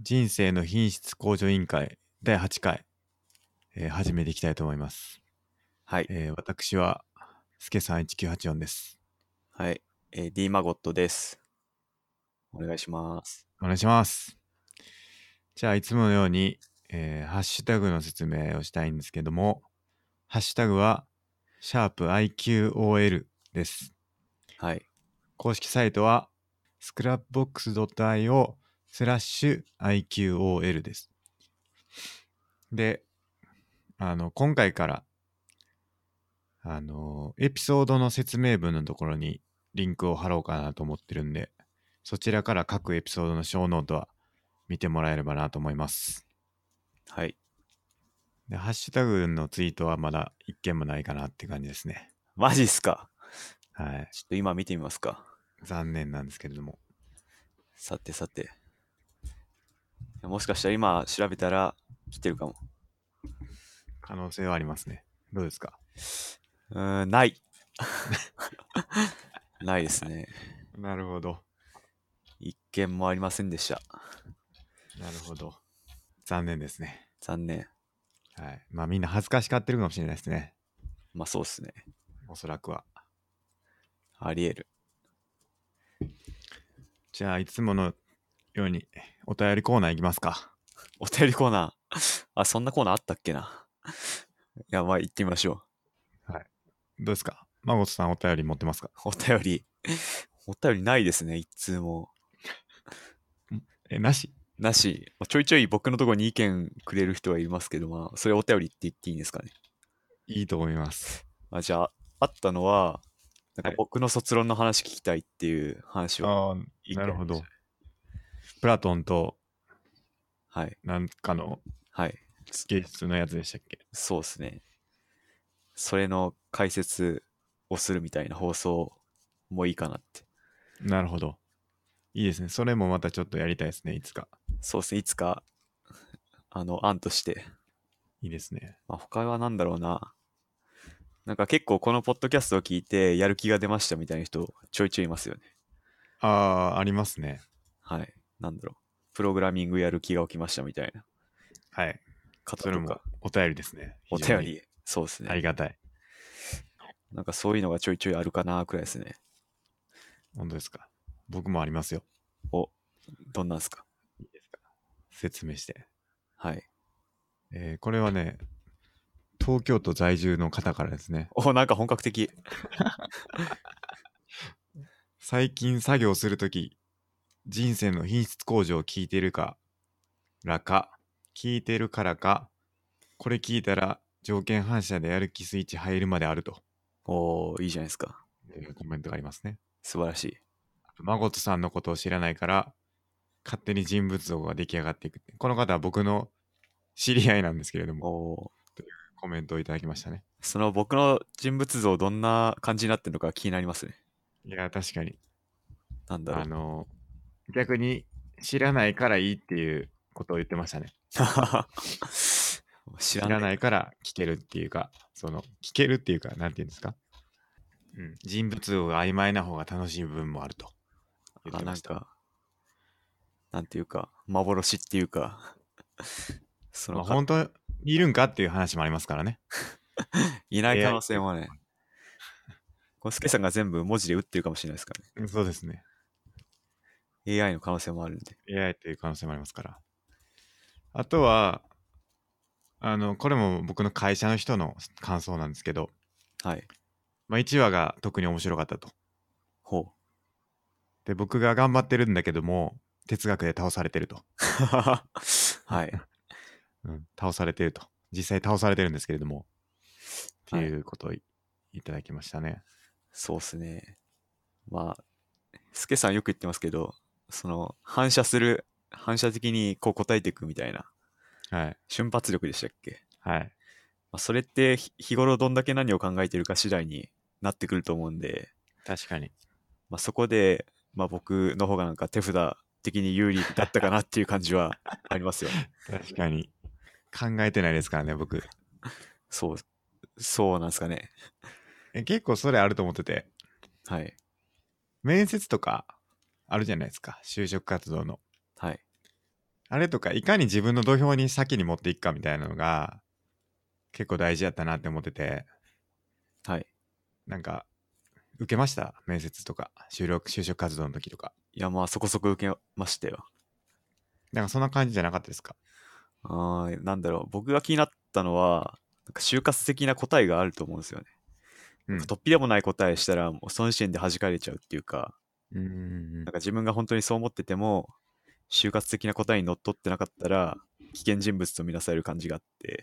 人生の品質向上委員会第8回、始めていきたいと思います。 はい。 私は、すけさん1984です。 はい。D マゴットです。お願いします。 お願いします。じゃあ、いつものように、ハッシュタグの説明をしたいんですけども、ハッシュタグは、#IQOL です。 はい。 公式サイトは、scrapbox.io/IQOL です。で、今回から、エピソードの説明文のところにリンクを貼ろうかなと思ってるんで、そちらから各エピソードの小ノートは見てもらえればなと思います。 はい。 で、ハッシュタグのツイートはまだ一件もないかなって感じですね。 マジっすか。 はい。 ちょっと今見てみますか。 残念なんですけれども。 さてさて。もしかしたら今調べたら来てるかも。 可能性はありますね。どうですか？ ない。ないですね。 なるほど。 一件もありませんでした。 なるほど。残念ですね。 残念。 はい。まあみんな恥ずかしがってるかもしれないですね。 まあそうっすね。 おそらくは。 あり得る。 じゃあいつものようにお便りコーナーいきますか。 お便りコーナー。あ、そんなコーナーあったっけな。いや、まあ行ってみましょはい。どうですか？マゴトさんお便り持ってますか？ う。お便り。お便りないですね。一通も。 なし？ なし。ちょいちょい僕のところに意見くれる人はいますけど、まあ、それお便りって言っていいんですかね。 いいと思います。 じゃあ、あったのは、なんはい。 か僕の卒論の話聞きたいっていう話はああ、 一件ありましたね。 なるほど。プラトンとはい。 なんかのはい。 芸術のやつでしたっけ？ そうですね。それの解説をするみたいな放送もいいかなって。 なるほど。いいですね。それもまたちょっとやりたいですね。いつか。 そうですね。いつか、案として。 いいですね。 他は何だろうな。なんか結構このポッドキャストを聞いてやる気が出ましたみたいな人ちょいちょいいますよね。 ああ、ありますね。 はい。なんだろう。プログラミングやる気が起きましたみたいなはい。それも方とか、 お便りですね。非常にお便り、そうですね。 ありがたい。 なんかそういうのがちょいちょいあるかなくらいですね。 本当ですか？僕もありますよ。 お、どんなんすか？ いいですか？説明して。 はい。 これはね、東京都在住の方からですね。 なんか本格的。 最近作業するとき、人生の品質向上を聞いてるからか、聞いてるからか、これ聞いたら条件反射でやる気スイッチ入るまであるといいじゃないですか。 いうコメントがありますね。 素晴らしい。 マゴトさんのことを知らないから勝手に人物像が出来上がっていく。この方は僕の知り合いなんですけれども、 おーというコメントをいただきましたね。 その僕の人物像どんな感じになってるのか気になりますね。 いや、確かに。 なんだろう。 あの、逆に知らないからいいっていうことを言ってましたね。 知らない。 知らないから聞けるっていうか、聞けるっていうか、なんていうんですか。うん、人物像が曖昧な方が楽しい部分もあると言ってました。 なんか、なんていうか、幻っていうか、そのか、 まあ本当にいるんかっていう話もありますからね。 いない可 AI 能っていう。 性もね、このスケさんが全部文字で打ってるかもしれないですからそうですね。 ね。AI の可能性もあるんで。 AI という可能性もありますから。あとは、これも僕の会社の人の感想なんですけど、 はい。 まあ、1話が特に面白かったと。 ほう。 で、僕が頑張ってるんだけども、哲学で倒されてると。 はい。 うん、倒されてると。実際倒されてるんですけれども、ってはい。 いうことをいただきましたね。 そうっすね。まあ、スケさんよく言ってますけど、反射的にこう答えていくみたいな、 はい。 瞬発力でしたっけ？ はい。 それって日頃どんだけ何を考えてるか次第になってくると思うんで、 確かに。 そこで、僕の方がなんか手札的に有利だったかなっていう感じはありますよね。 確かに。考えてないですからね、僕。 そう、そうなんですかね。 結構それあると思ってて、 はい。 面接とかあるじゃないですか。就職活動の。 はい。 あれとかいかに自分の土俵に先に持っていくかみたいなのが結構大事やったなって思ってて、 はい。 なんか受けました面接とか就職活動の時とか。 いや、まあそこそこ受けましたよ。 なんかそんな感じじゃなかったですか？ なんだろう。僕が気になったのは、なんか就活的な答えがあると思うんですよね。 うん。 なんか突飛でもない答えしたら、もうその時点で弾かれちゃうっていうか、 うんうんなんか自分が本当にそう思ってても、就活的な答えにのっとってなかったら、危険人物とみなされる感じがあって、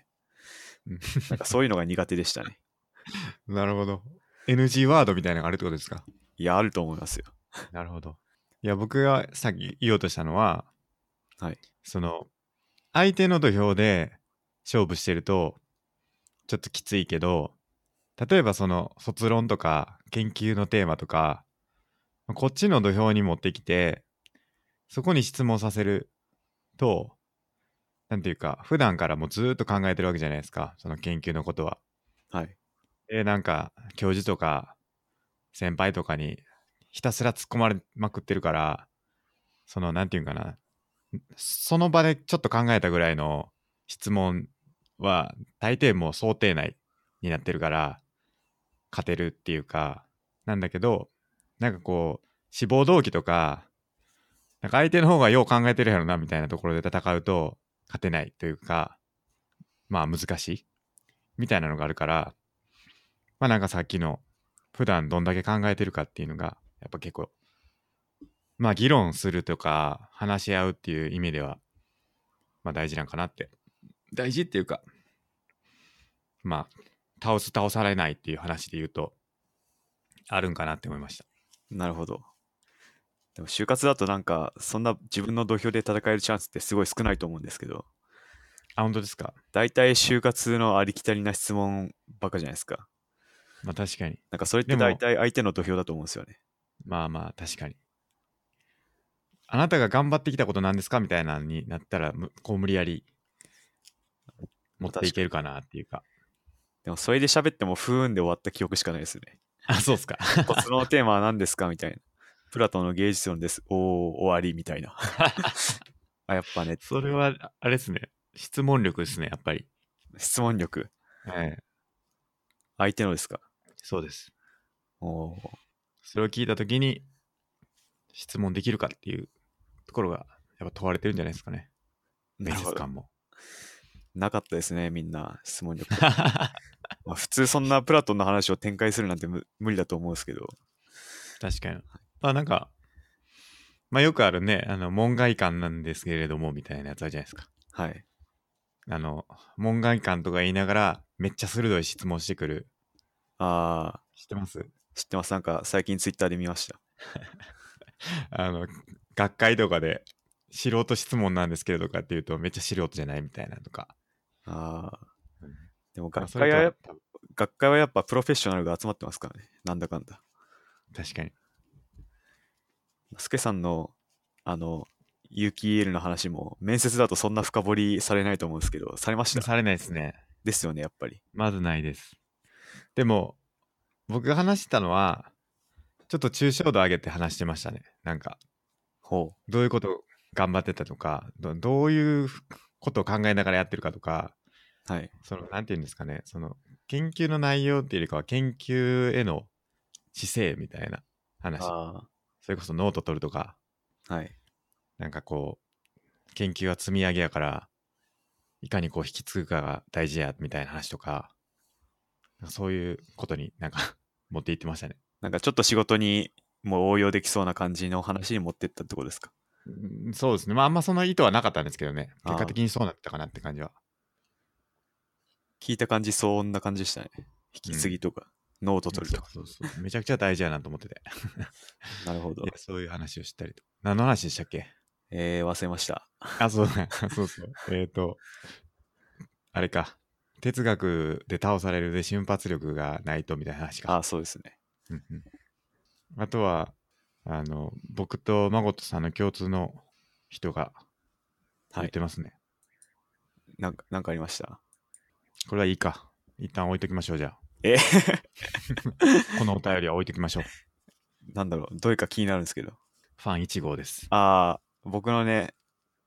うん。 なんかそういうのが苦手でしたね。 なるほど。NG ワードみたいなのがあるってことですか？ いや、あると思いますよ。 なるほど。いや、僕がさっき言おうとしたのは、 はい。 その、相手の土俵で勝負してると、ちょっときついけど、例えばその卒論とか研究のテーマとか、こっちの土俵に持ってきて、そこに質問させると、なんていうか、普段からもうずーっと考えてるわけじゃないですか、その研究のことは。 はい。 なんか、教授とか先輩とかにひたすら突っ込まれまくってるから、その、なんていうんかな、その場でちょっと考えたぐらいの質問は、大抵もう想定内になってるから、勝てるっていうか、なんだけど、なんかこう、志望動機とか、なんか相手の方がよう考えてるやろなみたいなところで戦うと勝てないというか、まあ難しいみたいなのがあるから、まあなんかさっきの普段どんだけ考えてるかっていうのが、やっぱ結構、まあ議論するとか話し合うっていう意味では、まあ大事なんかなって。大事っていうか、まあ、倒されないっていう話で言うと、あるんかなって思いました。 なるほど。でも就活だとなんか、そんな自分の土俵で戦えるチャンスってすごい少ないと思うんですけど、 あ、本当ですか？ 大体就活のありきたりな質問ばっかじゃないですか。 まあ確かに。 なんかそれって大でも、 体相手の土俵だと思うんですよね。 まあまあ確かに。あなたが頑張ってきたことなんですかみたいなのになったら、こう無理やり持ってい確かに。 けるかなっていうか。 でもそれで喋っても不運で終わった記憶しかないですね。 あ、そうっすか。 卒論のテーマは何ですかみたいな。プラトンの芸術論です。おー、終わりみたいな。あ、やっぱね、 それは、あれですね。質問力ですね、やっぱり。 質問力。 はい。 相手のですか？ そうです。 おー、 それを聞いたときに質問できるかっていうところがやっぱ問われてるんじゃないですかね。面なるほど。 接官も。 なかったですね、みんな、質問力。まあ、普通そんなプラトンの話を展開するなんて無理だと思うんですけど。 確かに。まあなんか、まあよくあるね、門外漢なんですけれども、みたいなやつあるじゃないですか。 はい。 あの、門外漢とか言いながら、めっちゃ鋭い質問してくる。 あ知ってます？ 知ってます。なんか最近ツイッターで見ました。 あの、学会とかで、素人質問なんですけれどかっていうと、めっちゃ素人じゃないみたいなとか。 ああ、 うん、 でもまあそれとは、多分学会はやっぱプロフェッショナルが集まってますからね。なんだかんだ。 確かに。 スケさんの、あの、有機 EL の話も、面接だとそんな深掘りされないと思うんですけど、されました？ されないですね。 ですよね、やっぱり。 まずないです。でも、僕が話したのは、ちょっと抽象度上げて話してましたね。なんか、 ほどういうこと頑張ってたとか、どういうことを考えながらやってるかとか、 う。はい。 その、なんていうんですかね、その、研究の内容っていうよりかは、研究への姿勢みたいな話。 あそれこそノート取るとか、 あ、はい。 なんかこう、研究は積み上げやから、いかにこう引き継ぐかが大事や、みたいな話とか、そういうことになんか持っていってましたね。 なんかちょっと仕事にもう応用できそうな感じの話に持ってったってことですか？ うん、そうですね。まあ、あんまその意図はなかったんですけどね。結果ああ、 的にそうなったかなって感じは。 聞いた感じ、そんな感じでしたね。引き継うん。 ぎとか、ノート取るそうとか。 そうそう。めちゃくちゃ大事やなと思ってて。 なるほど。 いや、そういう話をしたりと。何の話でしたっけ？ 忘れました。 あ、そうだ。そうそう。あれか。哲学で倒されるで瞬発力がないとみたいな話か。 ああ、そうですね。 うんうん。あとは、僕と誠さんの共通の人がはい。 言ってますね。 なんかありました？ これはいいか。一旦置いときましょう、じゃあ。 えこのお便りは置いときましょう。 なんだろう、どれか気になるんですけど。 ファン1号です。 ああ、僕のね、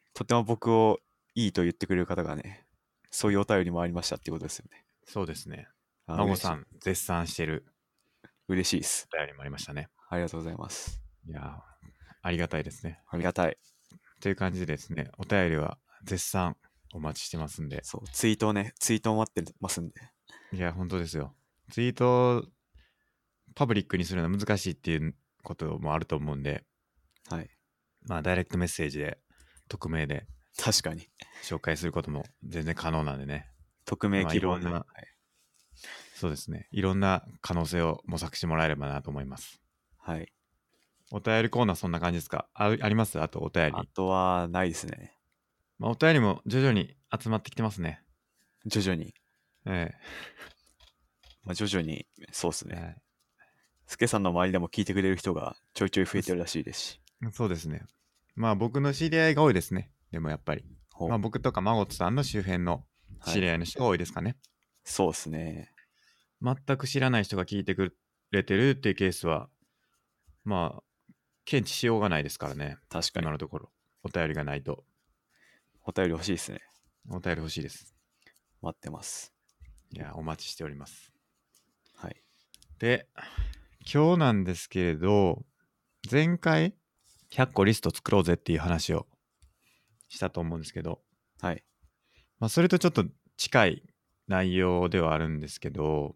とても僕をいいと言ってくれる方がね、そういうお便りもありましたっていうことですよね。 そうですね。孫嬉しい。 さん絶賛してる嬉しいです。 お便りもありましたね。 ありがとうございます。 いやー、ありがたいですね。 ありがたい。 という感じでですね、お便りは絶賛お待ちしてますんで。 そう、ツイートをね、ツイートを待ってますんで。 いや、本当ですよ。ツイートパブリックにするのは難しいっていうこともあると思うんで、 はい。 まあ、ダイレクトメッセージで、匿名で確かに。 紹介することも全然可能なんでね。 匿名まあ、 希望で。 いろんな、そうですね。いろんな可能性を模索してもらえればなと思います。 はい。 お便りコーナーそんな感じですか？あります？あとお便り。 あとはないですね。 まあ、お便りも徐々に集まってきてますね。 徐々に。 えまあ、徐々に、そうですね。 えはいスケさんの周りでも聞いてくれる人がちょいちょい増えてるらしいですし。 そうですね。まあ僕の知り合いが多いですね。でもやっぱり。 ほう。 まあ僕とかマゴットさんの周辺のはい。 知り合いの人が多いですかね。 そうですね。 全く知らない人が聞いてくれてるっていうケースは、まあ、検知しようがないですからね。 確かに。 今のところ。お便りがないと。 お便り欲しいですね。 お便り欲しいです。 待ってます。 いや、お待ちしております。 はい。 で、今日なんですけれど、前回、100個リスト作ろうぜっていう話をしたと思うんですけど、 はい。 まあ、それとちょっと近い内容ではあるんですけど、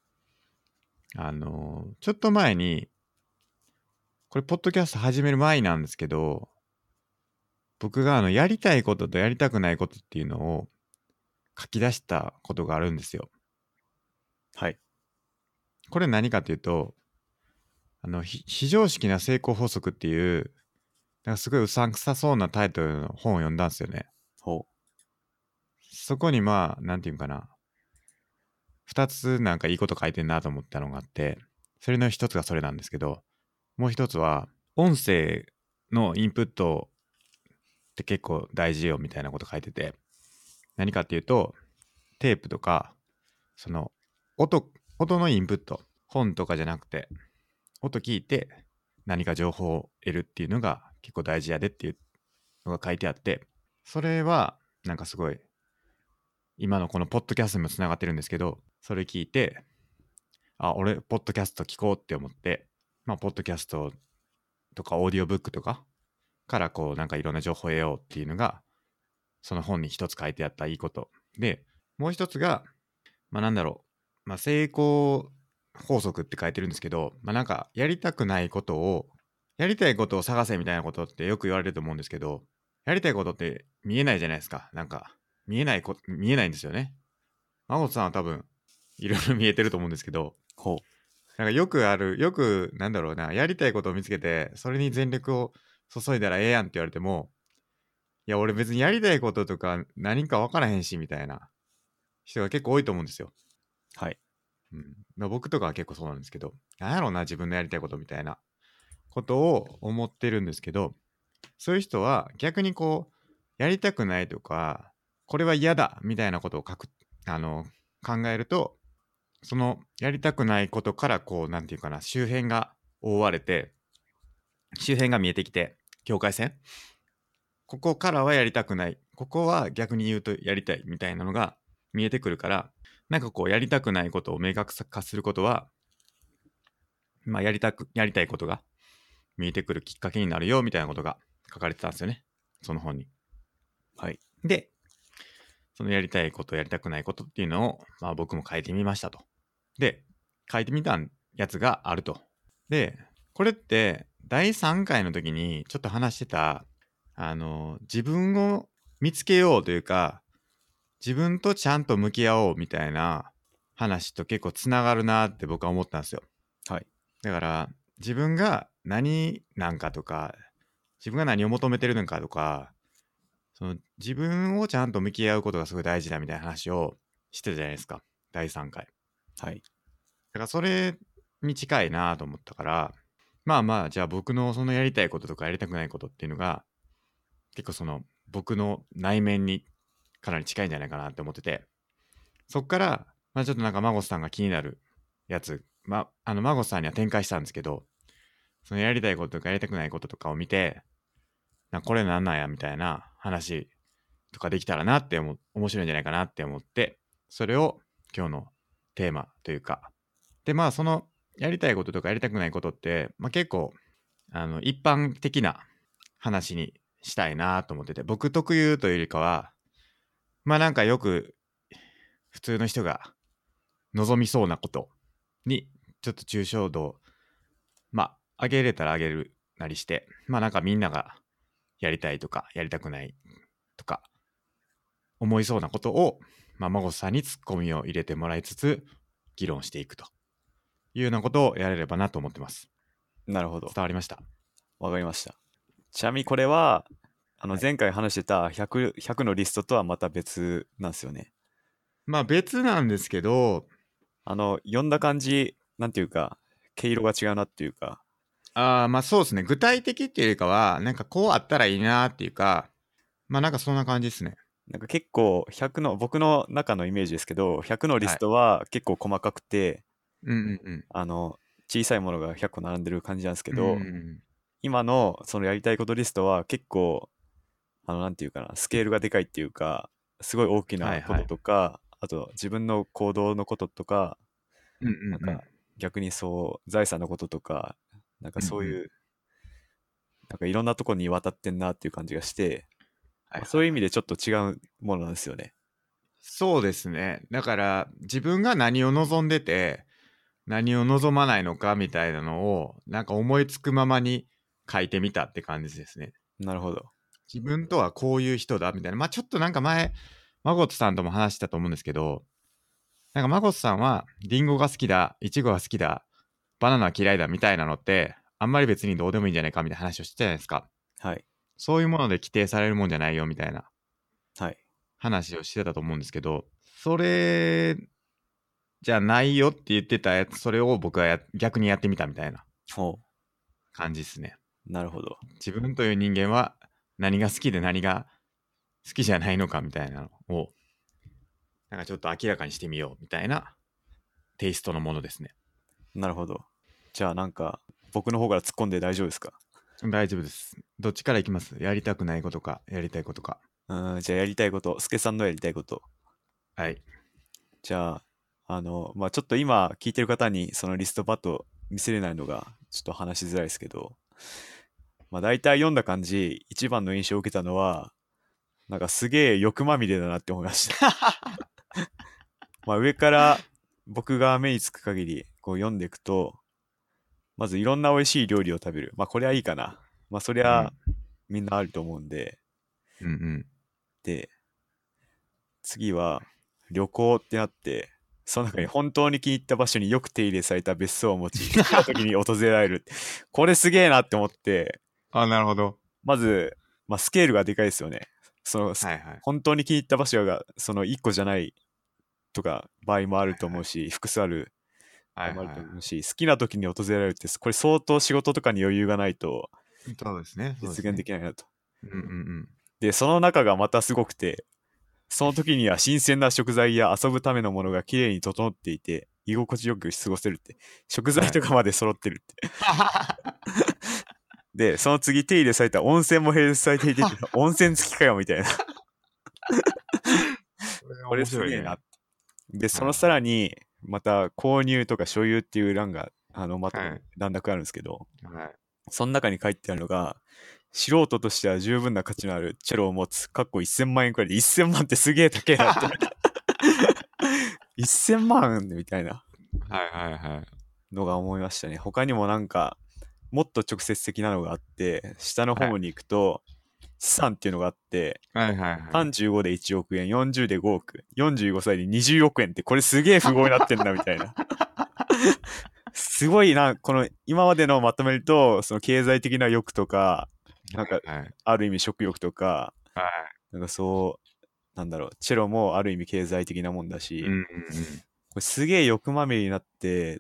ちょっと前に、これ、ポッドキャスト始める前なんですけど、僕がやりたいこととやりたくないことっていうのを書き出したことがあるんですよ。 はい。 これ何かというと、非常識な成功法則っていう、なんかすごいうさんくさそうなタイトルの本を読んだんですよね。 ほそこにまあ、なんていうんかな、二つなんかいいこと書いてんなと思ったのがあって、それの一つがそれなんですけど、もう一つは、音声のインプットって結構大事よみたいなこと書いてて、何かっていうと、テープとか、その音、音のインプット、本とかじゃなくて、音聞いて何か情報を得るっていうのが結構大事やでっていうのが書いてあって、それはなんかすごい、今のこのポッドキャストにもつながってるんですけど、それ聞いて、あ、俺、ポッドキャスト聞こうって思って、まあ、ポッドキャストとかオーディオブックとかからこうなんかいろんな情報を得ようっていうのが、その本に一つ書いてあったいいこと。で、もう一つが、まあなんだろう、まあ成功法則って書いてるんですけど、まあなんかやりたくないことを、やりたいことを探せみたいなことってよく言われると思うんですけど、やりたいことって見えないじゃないですか。なんか、見えないんですよね。真帆さんは多分、いろいろ見えてると思うんですけど、 う。ほなんかよく、なんだろうな、やりたいことを見つけて、それに全力を注いだらええやんって言われても、いや、俺別にやりたいこととか何か分からへんし、みたいな人が結構多いと思うんですよ。 う。はい。 まあ、僕とかは結構そうなんですけど、なんやろうな、自分のやりたいことみたいなことを思ってるんですけど、そういう人は逆にこう、やりたくないとか、これは嫌だみたいなことを考えると、そのやりたくないことからこう、なんていうかな、周辺が覆われて、周辺が見えてきて、境界線ここからはやりたくない。ここは逆に言うとやりたいみたいなのが見えてくるから、なんかこうやりたくないことを明確化することは、まあやりたいことが見えてくるきっかけになるよみたいなことが書かれてたんですよね。その本に。 はい。 で、そのやりたいこと、やりたくないことっていうのを、まあ僕も書いてみましたと。で、書いてみたやつがあると。で、これって第3回の時にちょっと話してた、自分を見つけようというか、自分とちゃんと向き合おうみたいな話と結構つながるなって僕は思ったんですよ。 はい。 だから自分が何なんかとか、自分が何を求めてるのかとか、その自分をちゃんと向き合うことがすごい大事だみたいな話をしてたじゃないですか。第3回。 はい。 だからそれに近いなと思ったから、まあまあ、じゃあ僕のそのやりたいこととかやりたくないことっていうのが、結構その僕の内面にかなり近いんじゃないかなって思ってて、そっから、まあちょっとなんかマゴスさんが気になるやつ、マゴスさんには展開したんですけど、そのやりたいこととかやりたくないこととかを見て、 これなんなんやみたいな話とかできたらなって面白いんじゃないかなって思って、それを今日のテーマというか、でまあそのやりたいこととかやりたくないことって、結構一般的な話にしたいなと思ってて、僕特有というよりかは、なんかよく普通の人が望みそうなことにちょっと抽象度を上げれたら上げるなりして、なんかみんながやりたいとかやりたくないとか思いそうなことを、マゴスさんにツッコミを入れてもらいつつ議論していくというようなことをやれればなと思ってます。 なるほど。 伝わりました？ わかりました。ちなみにこれは、 はい、 前回話してた100のリストとはまた別なんですよね。 別なんですけど、 読んだ感じ、なんていうか、毛色が違うなっていうか。 そうですね。具体的っていうよりかは、なんかこうあったらいいなっていうか、なんかそんな感じですね。 なんか結構100の、僕の中のイメージですけど、100のリはい。 ストは結構細かくて、 うんうんうん。 小さいものが100個並んでる感じなんですけうんうんうど、 ん。 今のそのやりたいことリストは結構、なんていうかな、スケールがでかいっていうか、すごい大きなことはいはい。 とか、あと自分の行動のこととか、 うんうんうん。 なんか逆にそう財産のこととか、なんかうんうん。 そういう、なんかいろんなとこに渡ってんなっていう感じがして、 はいはいはい。 そういう意味でちょっと違うものなんですよね。 そうですね。だから自分が何を望んでて何を望まないのかみたいなのをなんか思いつくままに書いてみたって感じですね。 なるほど。 自分とはこういう人だみたいな。ちょっとなんか前、マゴトさんとも話したと思うんですけど、なんかマゴトさんはリンゴが好きだ、イチゴが好きだ、バナナは嫌いだみたいなのって、あんまり別にどうでもいいんじゃないかみたいな話をしてたじゃないですか。 はい。 そういうもので規定されるもんじゃないよみたいなはい。 話をしてたと思うんですけど、それじゃないよって言ってたやつ、それを僕は逆にやってみたみたいなほ感じですね。 う。なるほど。 自分という人間は何が好きで何が好きじゃないのかみたいなのを、なんかちょっと明らかにしてみようみたいなテイストのものですね。 なるほど。じゃあなんか、僕の方から突っ込んで大丈夫ですか？ 大丈夫です。どっちからいきます？やりたくないことか、やりたいことか。 じゃあやりたいこと、スケさんのやりたいこと。 はい。 じゃあ、ちょっと今聞いてる方にそのリストパッと見せれないのがちょっと話しづらいですけど、大体読んだ感じ、一番の印象を受けたのは、なんかすげえ欲まみれだなって思いました。上から僕が目につく限りこう読んでいくと、まずいろんな美味しい料理を食べる。これはいいかな。そりゃうん。 みんなあると思うんで。 うんうん。 で、次は旅行ってなって、その中にうん。 本当に気に入った場所によく手入れされた別荘を持ち、好きな時に訪れられる。これすげえなって思って、 なるほど。 まず、スケールがでかいですよね。その、 はいはい。 本当に気に入った場所が、その1個じゃないとか場合もあると思うし、複数ある場合もあるはいはいはと思うし、好きな時に訪れられるって、これ相当仕事とかに余裕がないとい。そうですね。そうで実すね。 現できないなと。 うんうんうん。 で、その中がまたすごくて、その時には新鮮な食材や遊ぶためのものがきれいに整っていて、居心地よく過ごせるって。食材はい。 とかまで揃ってるって。で、その次手入れされた温泉も併設されていて、温泉付きかよみたいな。 これはこれ面白いね。 すげえな。で、そのさはいらに、また購入とか所有っていう欄が、まとはい。はめい。 段落あるんですけど、 はい。 その中に書いてあるのが、素人としては十分な価値のあるチェロを持つ、かっこ1000万円くらいで、1000万ってすげえ高えなって。1000万みたいなはいはいはい。 のが思いましたね。他にもなんか、もっと直接的なのがあって、下のはい方に行くと、資産っていうのがあって、 はいはいはい。 35で1億円、40で5億、45歳で20億円って、これすげえ富豪になってんだみたいな。すごいな、この今までのまとめると、その経済的な欲とか、なんか、 はい。 ある意味食欲とか、 はい。 なんかそう、なんだろう、チェロもある意味経済的なもんだし、 うんうんこれすげえ欲まみれになって、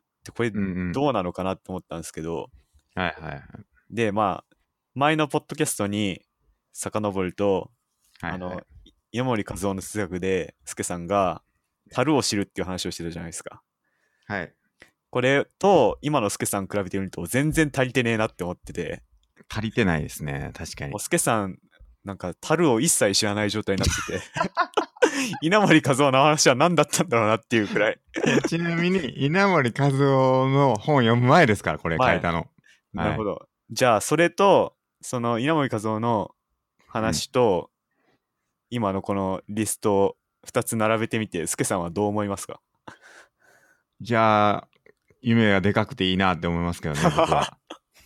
これうん。うんうん。 どうなのかなって思ったんですけど、 はいはいはい。 で、前のポッドキャストに遡ると、 はいはい。 山森和夫の哲学で、スケさんが、樽を知るっていう話をしてたじゃないですか。 はい。 これと、今のスケさん比べてみると、全然足りてねえなって思ってて、 足りてないですね。確かに。 おすけさん、なんか、樽を一切知らない状態になってて、稲森和夫の話は何だったんだろうなっていうくらいちなみに、稲森和夫の本読む前ですから、これ書い前。 たの。はい。 なるほど。じゃあ、それと、その稲森和夫のうん。 話と、今のこのリストを2つ並べてみて、すけさんはどう思いますか？ じゃあ、夢がでかくていいなって思いますけどね、僕は。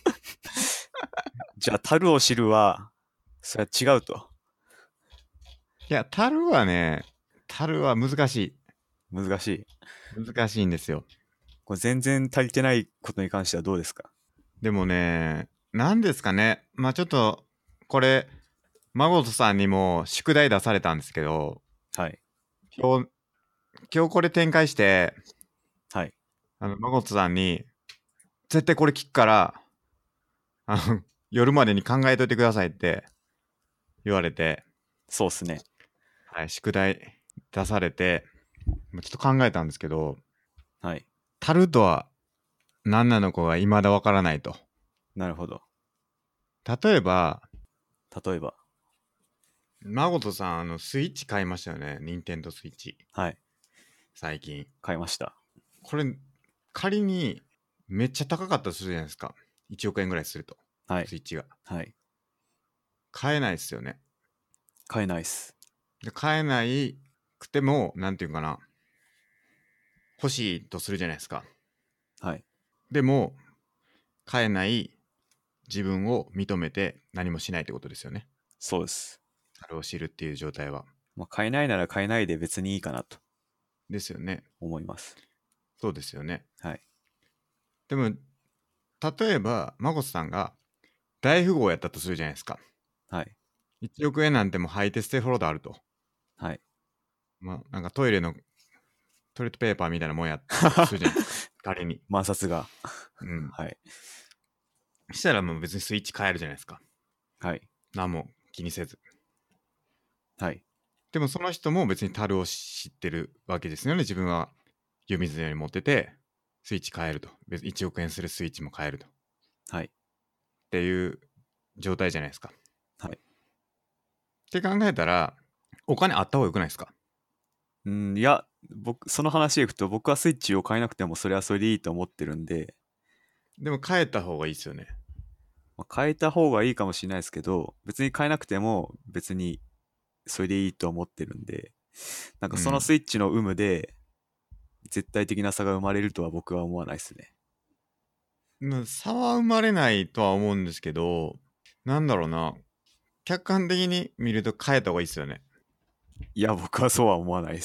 じゃあ、樽を知るは、それは違うと。 いや、樽は難し難しい。 い。難しいんですよ。 これ全然足りてないことに関してはどうですか？ でもね、なんですかね。まあちょっと、これ、孫さんにも宿題出されたんですけど、 はい。 今日、今日これ展開して、 はい。 孫さんに、絶対これ聞くから、夜までに考えといてくださいって言われて、 そうっすね。 はい、宿題出されて、ちょっと考えたんですけど、 はい。 タルトは何なのかが未だわからないと。 なるほど。 例えば、 例えば。 孫さん、スイッチ買いましたよね。任天堂スイッチ。 はい。 最近。 買いました。 これ、仮にめっちゃ高かったとするじゃないですか。1億円ぐらいすると。 はい。 スイッチが。 はい。 買えないですよね。 買えないっす。 で、買えないくても、なんていうかな。欲しいとするじゃないですか。 はい。 でも、買えない自分を認めて何もしないってことですよね。 そうです。 それを知るっていう状態は。 まあ、買えないなら買えないで別にいいかなとですよね。 思います。 そうですよね。 はい。 でも、例えば、マゴスさんが大富豪やったとするじゃないですか。 はい。 1億円なんてもう履いて捨てるほどあると。 はい。 まあ、なんかトイレのトイレットペーパーみたいなもんやったとするじゃないですか。仮に。 万札が。 うん。 はい。 したらもう別にスイッチ変えるじゃないですか。 はい。 何も気にせず。 はい。 でもその人も別に樽を知ってるわけですよね。自分は湯水のように持ってて、スイッチ変えると。別に1億円するスイッチも変えると。っはい。 ていう状態じゃないですか。 はい。 って考えたら、お金あった方がよくないですか？ うん、いや、その話でいくと、僕はスイッチを変えなくてもそれはそれでいいと思ってるんで、 でも変えた方がいいですよね。 まあ、変えた方がいいかもしれないですけど、別に変えなくても別にそれでいいと思ってるんで、なんかそのうん。 スイッチの有無で絶対的な差が生まれるとは僕は思わないですね。 まあ差は生まれないとは思うんですけど、なんだろうな。客観的に見ると変えた方がいいですよね。 いや、僕はそうは思わないです。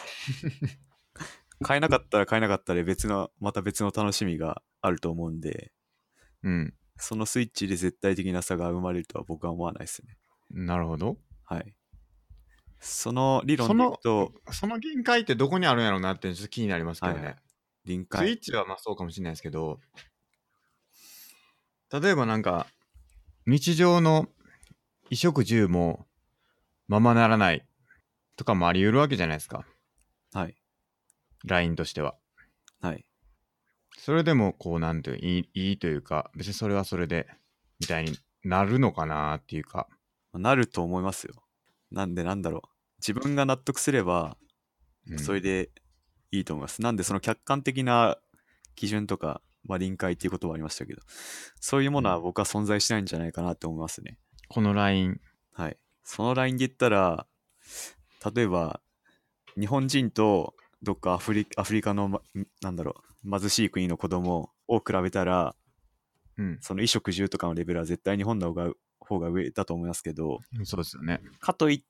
変えなかったら変えなかったでまた別の楽しみがあると思うんで、 うん。 そのスイッチで絶対的な差が生まれるとは僕は思わないですね。 なるほど。 はい。その理論でいくその、 と、 その限界ってどこにあるんやろうなってちょっと気になりますけはいはい。 どね。 臨界。 スイッチはまあそうかもしれないですけど、例えばなんか、日常の衣食住もままならないとかもあり得るわけじゃないですか。 はい。 ラインとしては。 はい。 それでもこうなんていういいというか、別にそれはそれでみたいになるのかなっていうか。 なると思いますよ。なんでなんだろう。自分が納得すれば、 うん。 それでいいと思います。なんでその客観的な基準とか、まあ臨界っていう言葉ありましたけど、そういうものはうん、 僕は存在しないんじゃないかなと思いますね。 このライン。 はい。そのラインで言ったら、例えば、日本人とどっかアフリカの、なんだろう、貧しい国の子供を比べたら、 うん。 その衣食住とかのレベルは絶対日本の方が上だと思いますけど、 そうですよね。 かといって、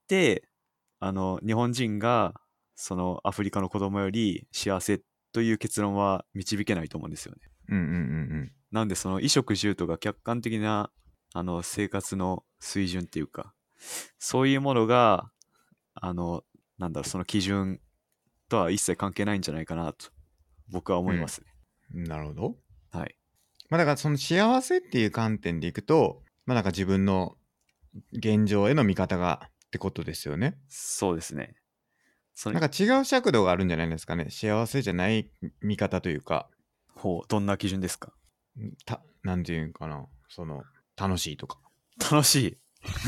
日本人が、そのアフリカの子供より幸せという結論は導けないと思うんですよね。 うんうんうんなんで、その衣食住とか客観的な、生活の水準っていうか、そういうものが、あの、なんだろう、その基準とは一切関係ないんじゃないかなと、僕は思いますね。 うん。なるほど。 はい。 まあだからその幸せっていう観点でいくと、まあなんか自分の現状への見方がってことですよね。 そうですね。その、 なんか違う尺度があるんじゃないですかね。幸せじゃない見方というか、 どんな基準ですか？ なんていうんかな。 楽しいとか。 楽し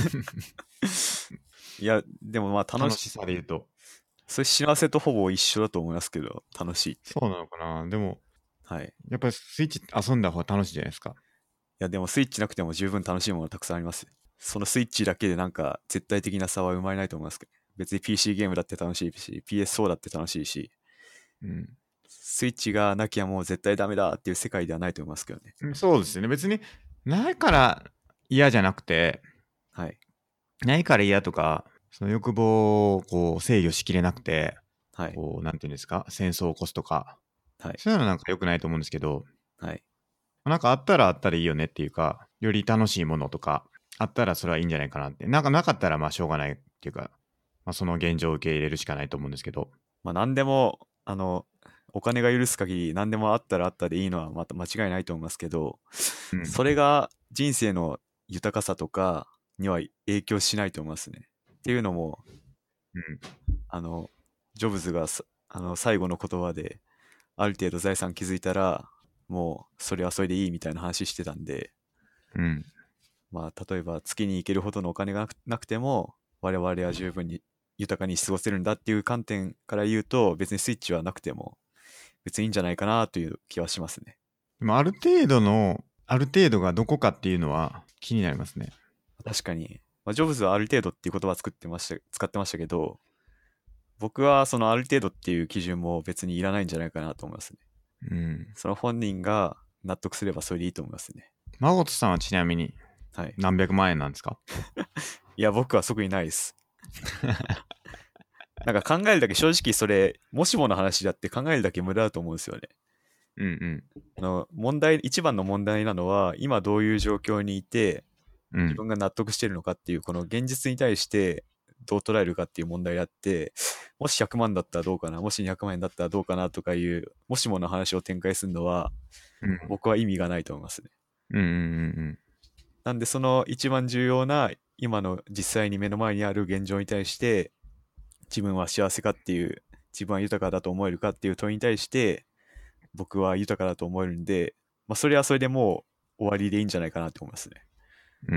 い。いや、でもまあ楽しさで言うと。 それ幸せとほぼ一緒だと思いますけど、楽しいって。 そうなのかな。でも、 はい。いやっぱりスイッチ遊んだ方が楽しいじゃないですか。 や、でもスイッチなくても十分楽しいものたくさんあります。そのスイッチだけでなんか絶対的な差は生まれないと思いますけど。別に PC ゲームだって楽しいし、PS4 だって楽しいし、 うん。 スイッチがなきゃもう絶対ダメだっていう世界ではないと思いますけどね。 そうですよね。別に、ないから嫌じゃなくて、 はい。 ないから嫌とか、その欲望をこう制御しきれなくて、 はい。 こう、なんていうんですか、戦争を起こすとか、 はい。 そういうのなんか良くないと思うんですけど、 はい。 なんかあったらあったらいいよねっていうか、より楽しいものとか、あったらそれはいいんじゃないかなって。なんかなかったらまあしょうがないっていうか、まあその現状を受け入れるしかないと思うんですけど。 まあ何でも、お金が許す限り何でもあったらあったでいいのはまた間違いないと思いますけど、 うん。 それが人生の豊かさとかには影響しないと思いますね。っていうのも、 うん。 あの、ジョブズが最後の言葉で、ある程度財産築いたら、もうそれはそれでいいみたいな話してたんで、 うん。 まあ、例えば月に行けるほどのお金がなくても、我々は十分に豊かに過ごせるんだっていう観点から言うと、別にスイッチはなくても、別にいいんじゃないかなという気はしますね。 でもある程度がどこかっていうのは気になりますね。 確かに、まあ、ジョブズはある程度っていう言葉を使ってましたけど、僕はそのある程度っていう基準も別にいらないんじゃないかなと思いますね。 うん。 その本人が納得すればそれでいいと思いますね。 マゴトさんはちなみにはい。 何百万円なんですか？ いや、僕は特にないです。なんか考えるだけ、正直それ、もしもの話だって考えるだけ無駄だと思うんですよね。 うん。 一番の問題なのは、今どういう状況にいて、 うん。 自分が納得してるのかっていう、この現実に対してどう捉えるかっていう問題であって、もし100万だったらどうかな、もし200万円だったらどうかなとかいう、もしもの話を展開するのは、 うん。 僕は意味がないと思いますね。 うん。うん。 なんで、その一番重要な、今の実際に目の前にある現状に対して、自分は幸せかっていう、自分は豊かだと思えるかっていう問いに対して、僕は豊かだと思えるんで、まあ、それはそれでもう終わりでいいんじゃないかなと思いますね。 うん。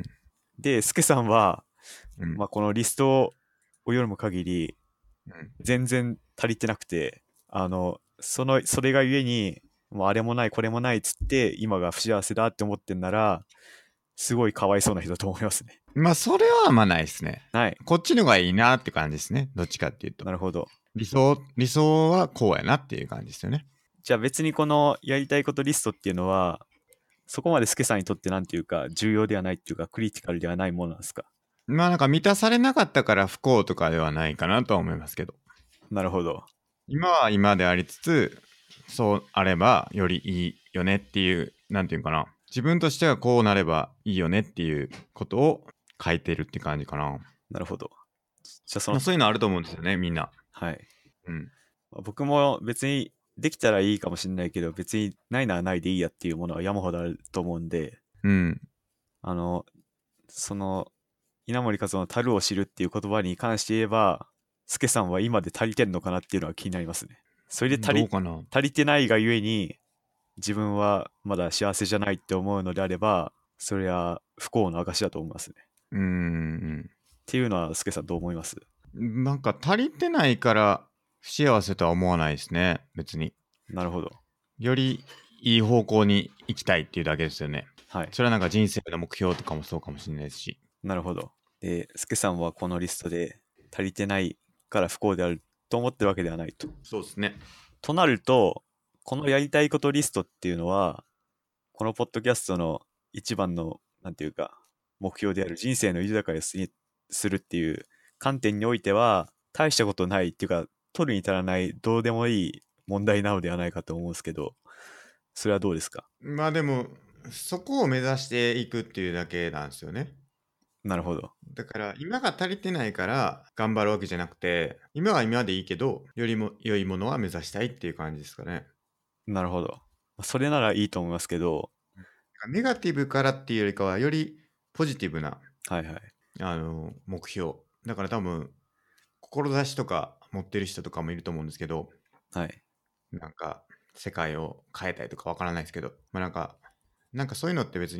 で、スケさんは、 うん。 まあ、このリストを読む限り、全然足りてなくて、それがゆえに、もうあれもないこれもないっつって今が不幸せだって思ってんなら、すごいかわいそうな人だと思いますね。 まあ、それはあんまないですね。 はい。 こっちの方がいいなって感じですね。どっちかっていうと。 なるほど。 理想はこうやなっていう感じですよね。 じゃあ別にこのやりたいことリストっていうのは、そこまでスケさんにとってなんていうか、重要ではないっていうか、クリティカルではないものなんですか？ まあなんか満たされなかったから不幸とかではないかなとは思いますけど。 なるほど。 今は今でありつつ、そうあればよりいいよねっていう、なんていうかな。自分としてはこうなればいいよねっていうことを書いてるって感じかな。 なるほど。じゃあまあそういうのあると思うんですよね、みんな。 はい。 うん。 僕も別にできたらいいかもしれないけど、別にないならないでいいやっていうものは山ほどあると思うんで、 うん。 あの、その、稲森和夫の樽を知るっていう言葉に関して言えば、スケさんは今で足りてんのかなっていうのは気になりますね。それでどうかな。 足りてないがゆえに、自分はまだ幸せじゃないって思うのであれば、それは不幸の証だと思いますね。 うーん。 っていうのは、スケさんどう思います？ なんか足りてないから不幸せとは思わないですね、別に。 なるほど。 よりいい方向に行きたいっていうだけですよね。 はい。 それはなんか人生の目標とかもそうかもしれないですし。 なるほど。で、スケさんはこのリストで足りてないから不幸であると思ってるわけではないと。 そうですね。 となると、このやりたいことリストっていうのは、このポッドキャストの一番の、なんていうか、目標である人生の豊かにするっていう観点においては、大したことないっていうか、取るに足らない、どうでもいい問題なのではないかと思うんですけど、それはどうですか？ まあでも、そこを目指していくっていうだけなんですよね。 なるほど。 だから今が足りてないから頑張るわけじゃなくて、今は今でいいけど、よりも良いものは目指したいっていう感じですかね。 なるほど。それならいいと思いますけど、 ネガティブからっていうよりかは、よりポジティブな、 はいはい。 目標。だから多分、志とか持ってる人とかもいると思うんですけど、 はい。 世界を変えたいとかわからないですけど、まあなんかそういうのって別に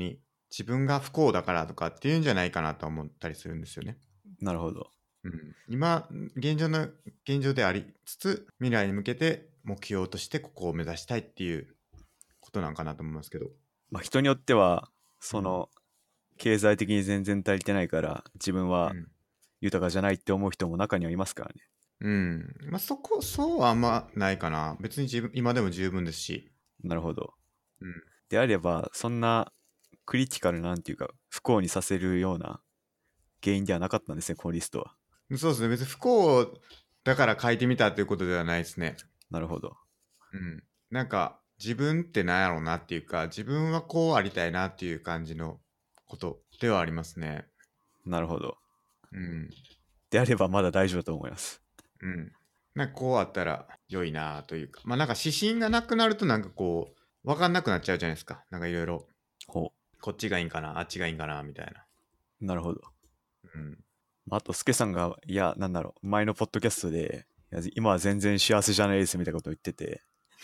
自分が不幸だからとかっていうんじゃないかなと思ったりするんですよね。 なるほど。 今、現状でありつつ、未来に向けて目標としてここを目指したいっていうことなんかなと思いますけど。 まあ人によっては、そうんの、経済的に全然足りてないから自分はうん豊かじゃないって思う人も中にはいますからね。 まあ、そうはあんまないかな。別に今でも十分ですし。 なるほど。 うであれば、そんなクリティカルなんていうか、不幸にさせるような原因ではなかったんですね、このリストは。 そうですね。別に不幸だから書いてみたということではないですね。 なるほど。 なんか、自分って何やろうなっていうか、自分はこうありたいなっていう感じのことではありますね。 なるほど。 うん。 であればまだ大丈夫だと思います。 うん。なんかこうあったら良いなというか。まあなんか指針がなくなるとなんかこう、わかんなくなっちゃうじゃないですか。なんかいろいろ、 ほこっちがいいんかな、あっちがいいんかな、みたいな。 う。なるほど。 うん。 あと、スケさんが、いや、なんだろう、前のポッドキャストで、いや今は全然幸せじゃないですみたいなことを言ってて、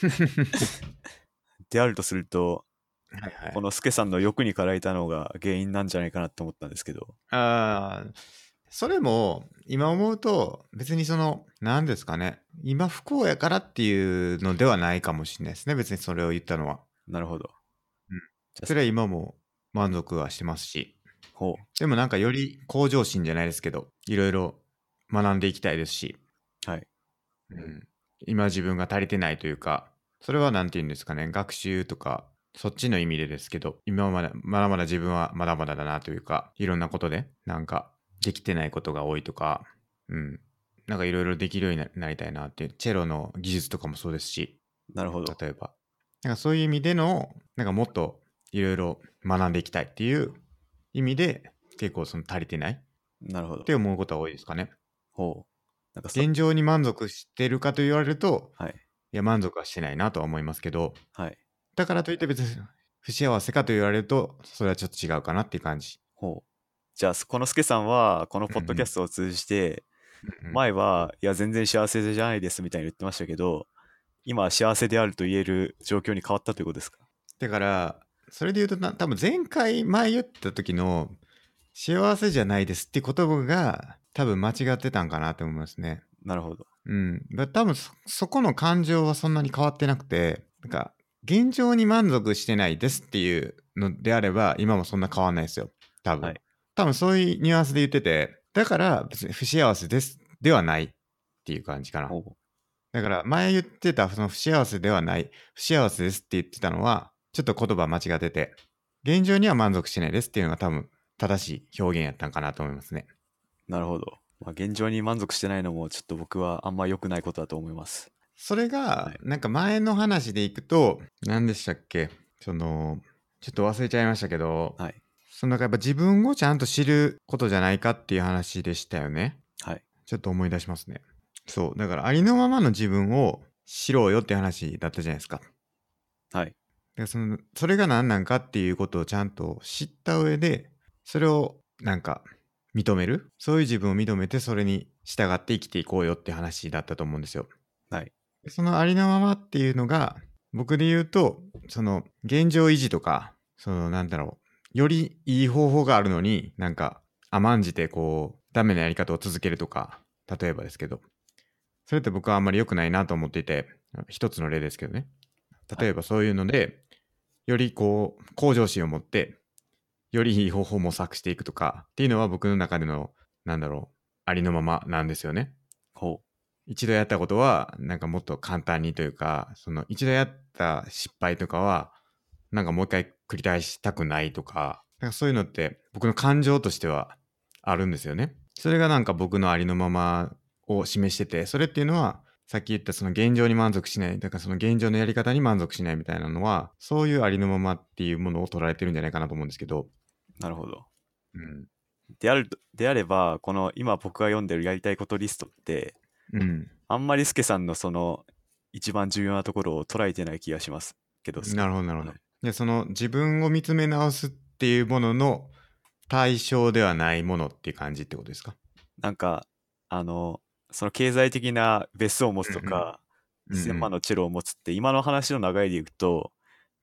であるとすると、 はいはい。 このスケさんの欲にかられたのが原因なんじゃないかなって思ったんですけど。 ああ、それも今思うと別にその何ですかね、今不幸やからっていうのではないかもしれないですね、別にそれを言ったのは。 なるほど。 うん、 じゃあ、 それは今も満足はしてますし、 ほでもなんかより向上心じゃないですけど、いろいろ学んでいきたいですし、 う。はい。 うん、今自分が足りてないというか、それは何て言うんですかね、学習とかそっちの意味でですけど、今までまだまだ自分はまだまだだなというか、いろんなことでなんかできてないことが多いとか、なんかいろいろできるようになりたいなっていう、チェロの技術とかもそうですし、 なるほど。 例えば、なんかそういう意味での、なんかもっといろいろ学んでいきたいっていう意味で、結構その足りてないっなるほど。 て思うことは多いですかね。 ほう。なんか現状に満足してるかと言われると、 はい。 いや、満足はしてないなとは思いますけど、 はい。 だからといって別に不幸せかと言われると、それはちょっと違うかなっていう感じ。 ほう。じゃあ、このスケさんは、このポッドキャうんうん。 ストを通じて、 うんうん。 前は、いや、全然幸せじゃないですみたいに言ってましたけど、今は幸せであると言える状況に変わったということですか？ だから、それで言うと多分前言った時の幸せじゃないですって言葉が多分間違ってたんかなと思いますね。 なるほど。 多分そこの感情はそんなに変わってなくて、なんか、現状に満足してないですっていうのであれば、今もそんな変わんないですよ。多分。 はい。 多分そういうニュアンスで言ってて、だから別に不幸せですではないっていう感じかな。 ほう。 だから前言ってたその不幸せではない、不幸せですって言ってたのは、ちょっと言葉間違ってて、現状には満足してないですっていうのが多分正しい表現やったんかなと思いますね。 なるほど。まあ、現状に満足してないのも、ちょっと僕はあんま良くないことだと思います。 それが、 はい。 なんか前の話でいくと、何でしたっけ、その、ちょっと忘れちゃいましたけど、 はい。 そのなんかやっぱ自分をちゃんと知ることじゃないかっていう話でしたよね。 はい。 ちょっと思い出しますね。そう。だからありのままの自分を知ろうよって話だったじゃないですか。 はい。 でそれが何なんかっていうことをちゃんと知った上で、それをなんか認める。そういう自分を認めてそれに従って生きていこうよって話だったと思うんですよ。 はい。 そのありのままっていうのが、僕で言うと、その現状維持とか、そのなんだろう、よりいい方法があるのに、なんか甘んじてこう、ダメなやり方を続けるとか、例えばですけど、それって僕はあんまり良くないなと思っていて、一つの例ですけどね。 はい。 例えばそういうので、よりこう、向上心を持って、よりいい方法を模索していくとかっていうのは僕の中での、なんだろう、ありのままなんですよね。 ほ一度やったことは、なんかもっと簡単にというか、その一度やった失敗とかは、なんかもう一回繰り返したくないとか、なんかそういうのって僕の感情としてはあるんですよね。それがなんか僕のありのままを示してて、それっていうのは、さっき言ったその現状に満足しない、だからその現状のやり方に満足しないみたいなのは、そういうありのままっていうものを捉えてるんじゃないかなと思うんですけど、 う。なるほど。 うん。 であれば、この今僕が読んでるやりたいことリストって、 うん。 あんまりスケさんのその一番重要なところを捉えてない気がしますけど、 なるほど、なるほど。 はい。 で、その自分を見つめ直すっていうものの対象ではないものっていう感じってことですか？ なんか、あの、その経済的な別荘を持つとか、 うんうん。うん 1000 うん。 万のチェロを持つって、今の話の流れでいくと、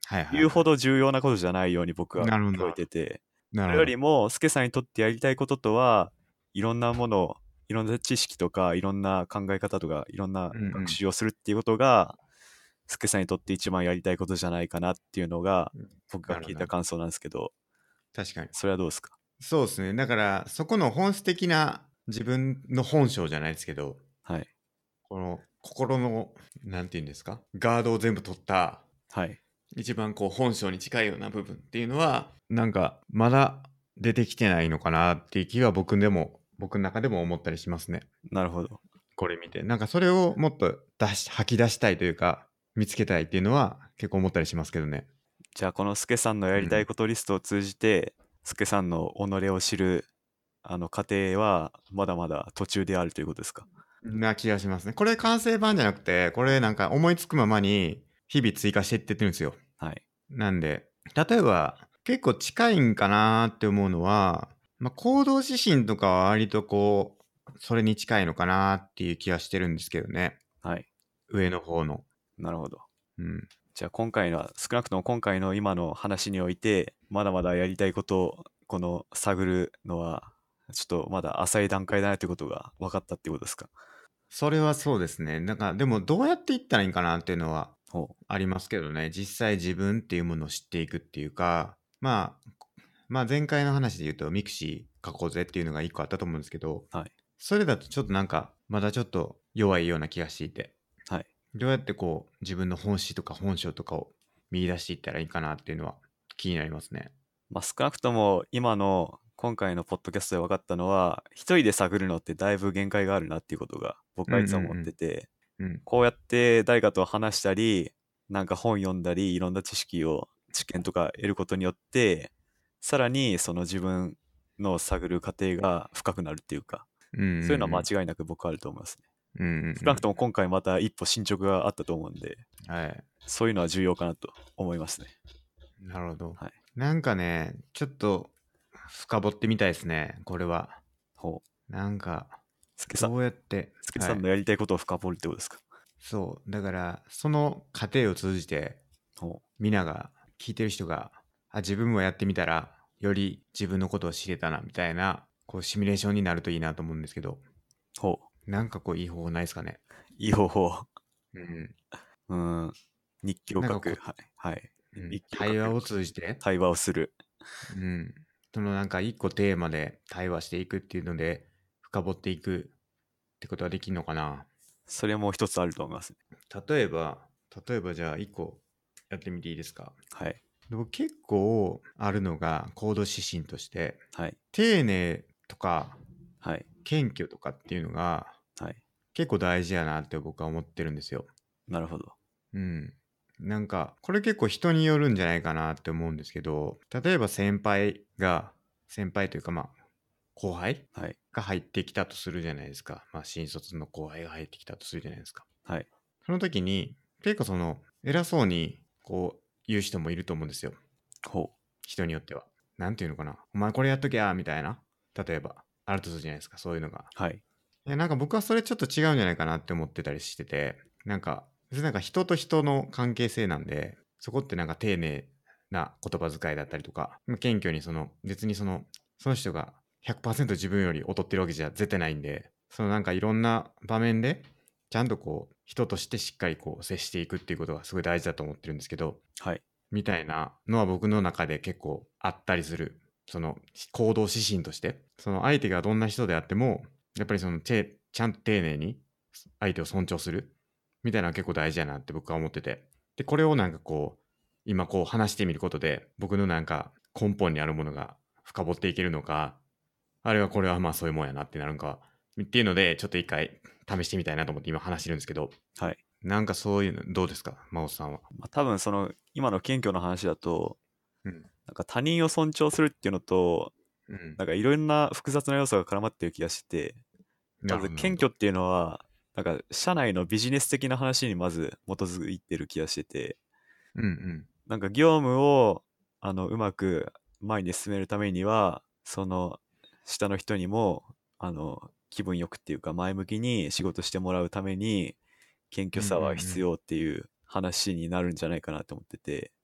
はいはいは言うほど重要なことじゃないように僕い。 はなるほど。 聞こえてて、それよりなるほど。 も、スケさんにとってやりたいこととは、いろんなもの、いろんな知識とか、いろんな考え方とか、いろんなうん学習をするっていうことが、スケさんにとって一番やりたいことじゃないかなっていうのが、 うん。 僕が聞いなるほどなるほど。 た感想なんですけど、 確かに。 それはどうですか？ そうですね。だから、そこの本質的な自分の本性じゃないですけど、 はい。 この心の、なんていうんですか、ガードを全部取った、 はい。 一番こう本性に近いような部分っていうのは、なんかまだ出てきてないのかなっていう気は僕の中でも思ったりしますね。 なるほど。 これ見て。なんかそれをもっと吐き出したいというか、見つけたいっていうのは結構思ったりしますけどね。 じゃあ、このスケさんのやりたいうん。 ことリストを通じて、スケさんの己を知る、過程は、まだまだ途中であるということですか？ な気がしますね。これ完成版じゃなくて、これなんか思いつくままに日々追加していってるんですよ。 はい。 なんで、例えば結構近いんかなーって思うのは、まあ、行動指針とかは割とこう、それに近いのかなっていう気はしてるんですけどね。 はい。 上の方の。 なるほど。 うん。 じゃあ今回のは、少なくとも今回の今の話において、まだまだやりたいことを、この探るのは、ちょっとまだ浅い段階だなということが分かったっていうことですか？ それはそうですね。なんか、でもどうやっていったらいいんかなっていうのはほありますけどね。実際自分っていうものを知っていくっていうか、まあ前回の話で言うとミクシー書こうぜっていうのが一個あったと思うんですけど、 う。はい。 それだとちょっとなんか、まだちょっと弱いような気がしていて、 はい。 どうやってこう自分の本質とか本性とかを見出していったらいいかなっていうのは気になりますね。 まあ、少なくとも今の今回のポッドキャストで分かったのは、一人で探るのってだいぶ限界があるなっていうことが僕うんうはいつも思ってんて、 うん。うん。 こうやって誰かと話したり、なんか本読んだり、いろんな知識を、知見とか得ることによって、さらにその自分の探る過程が深くなるっていうか、 うんうんそういうのは間違いなく僕はあると思いますね。 うん。うんうん少なくとも今回また一歩進捗があったと思うんで、 うん。はい。 そういうのは重要かなと思いますね。 なるほど。 はい。 なんかね、ちょっと深掘ってみたいですね、これは。 ほう。 なんか、 スケさん、 どうやって、 スケさんはい。 のやりたいことを深掘るってことですか？ そう。だから、その過程を通じて、 ほ皆が、聞いてる人が、あ、自分もやってみたら、より自分のことを知れたな、みたいな、こう、シミュレーションになるといいなと思うんですけど、 う。ほう。 なんかこう、いい方法ないですかね。 いい方法。 うん。 うん。日記を書く。 なんかこはい。はい。 う、うん、 日記を書く。 対話を通じて、 対話をする。 うん。そのなんか一個テーマで対話していくっていうので、深掘っていくってことはできるのかな。 それも一つあると思いますね。 例えば、じゃあ一個やってみていいですか。 はい。 僕結構あるのが行動指針として、 はい。 丁寧とかはい。 謙虚とかっていうのがはい。 結構大事やなって僕は思ってるんですよ。 なるほど。 うん。なんか、これ結構人によるんじゃないかなって思うんですけど、例えば先輩というか後輩はい。 が入ってきたとするじゃないですか。まあ、新卒の後輩が入ってきたとするじゃないですか。 はい。 その時に、結構その、偉そうに、こう、言う人もいると思うんですよ。 ほ人によっては。なんていうのかな。お前これやっときゃ、みたいな。例えば、あるとするじゃないですか。そういうのが。 う。はい。 いや、なんか僕はそれちょっと違うんじゃないかなって思ってたりしてて、なんか、別になんか人と人の関係性なんで、そこってなんか丁寧な言葉遣いだったりとか、謙虚に別にその人が100%自分より劣ってるわけじゃ絶対ないんで、なんかいろんな場面で、ちゃんとこう、人としてしっかりこう、接していくっていうことがすごい大事だと思ってるんですけど、 はい。 みたいなのは僕の中で結構あったりする。その行動指針として、その相手がどんな人であっても、やっぱりちゃんと丁寧に相手を尊重するみたいなのは結構大事やなって僕は思ってて。で、これをなんかこう、今こう話してみることで、僕のなんか根本にあるものが深掘っていけるのか、あるいはこれはまあそういうもんやなってなるのか、っていうので、ちょっと一回試してみたいなと思って今話してるんですけど、 はい。 なんかそういうのどうですか、真央さんは。 まあ、多分その、今の謙虚の話だと、 うん。 なんか他人を尊重するっていうのと、 うん。 なんかいろんな複雑な要素が絡まってる気がして、まずなるほど、なるほど。 謙虚っていうのは、なんか社内のビジネス的な話にまず基づいてる気がしてて、 うんうん。 なんか業務をうまく前に進めるためには、その下の人にも気分よくっていうか前向きに仕事してもらうために謙うんう虚さは必ん要っていう話になるんじゃないかなと思ってて、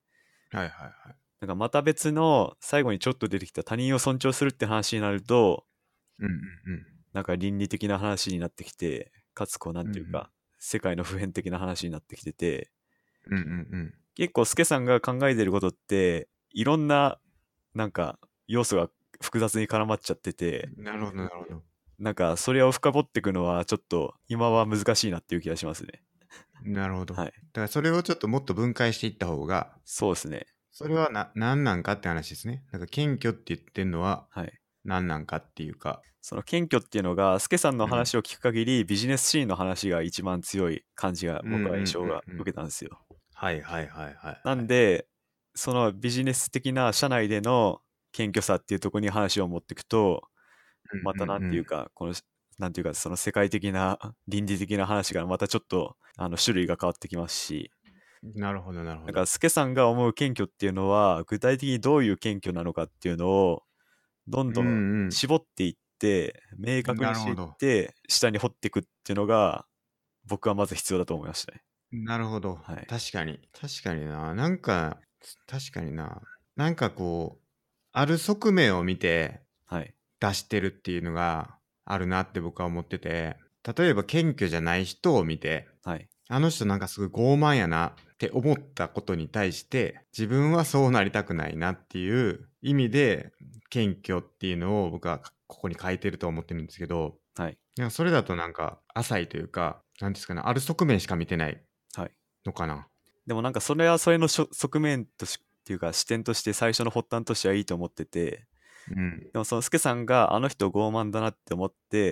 はいはいはい。 なんかまた別の最後にちょっと出てきた他人を尊重するって話になると、 うんうんなんか倫理的な話になってきて、かつこうなんうん。うんうん。 ていうか、世界の普遍的な話になってきてて、 うんうん結構スケさんが考えてることって、いろんななんか要素が複雑に絡まっちゃってて、 うん。なるほどなるほど。 なんかそれを深掘っていくのはちょっと今は難しいなっていう気がしますね。 なるほど。だはい。 からそれをちょっともっと分解していった方が、 そうですね。 それは何なんかって話ですね。なんか謙虚って言ってんのははい。 何なんかっていうか。 その謙虚っていうのが、スケさんのうん。 話を聞く限り、ビジネスシーンの話が一番強い感じが、 うんうん僕は印象がうんうん。 受けたんですよ。 はいはいはいはいなはい。 んで、そのビジネス的な社内での謙虚さっていうところに話を持っていくと、またなんうんうんていうか、なんていうか、その世界的な倫理的な話がまたちょっと、種類が変わってきますし、 うん。なるほどなるほだから、 ど。 スケさんが思う謙虚っていうのは、具体的にどういう謙虚なのかっていうのを、どんうんどんうん。 絞っていって、明確にしていっなるほど。 て、下に掘っていくっていうのが、僕はまず必要だと思いましたね。 なるほど。 はい。 確かに。確かにな。なんか、確かにな。なんかこう、ある側面を見てはい。 出してるっていうのがあるなって僕は思ってて、例えば謙虚じゃない人を見て、 はい。 あの人なんかすごい傲慢やなって思ったことに対して、自分はそうなりたくないなっていう意味で、謙虚っていうのを僕はここに書いてると思ってるんですけど、 はい。 いやそれだとなんか浅いというか、なんですかね、ある側面しか見てないはい。 のかな。 でもなんかそれはそれの側面とっていうか視点として最初の発端としてはいいと思ってて、 うん。 でもそのスケさんがあの人傲慢だなって思って、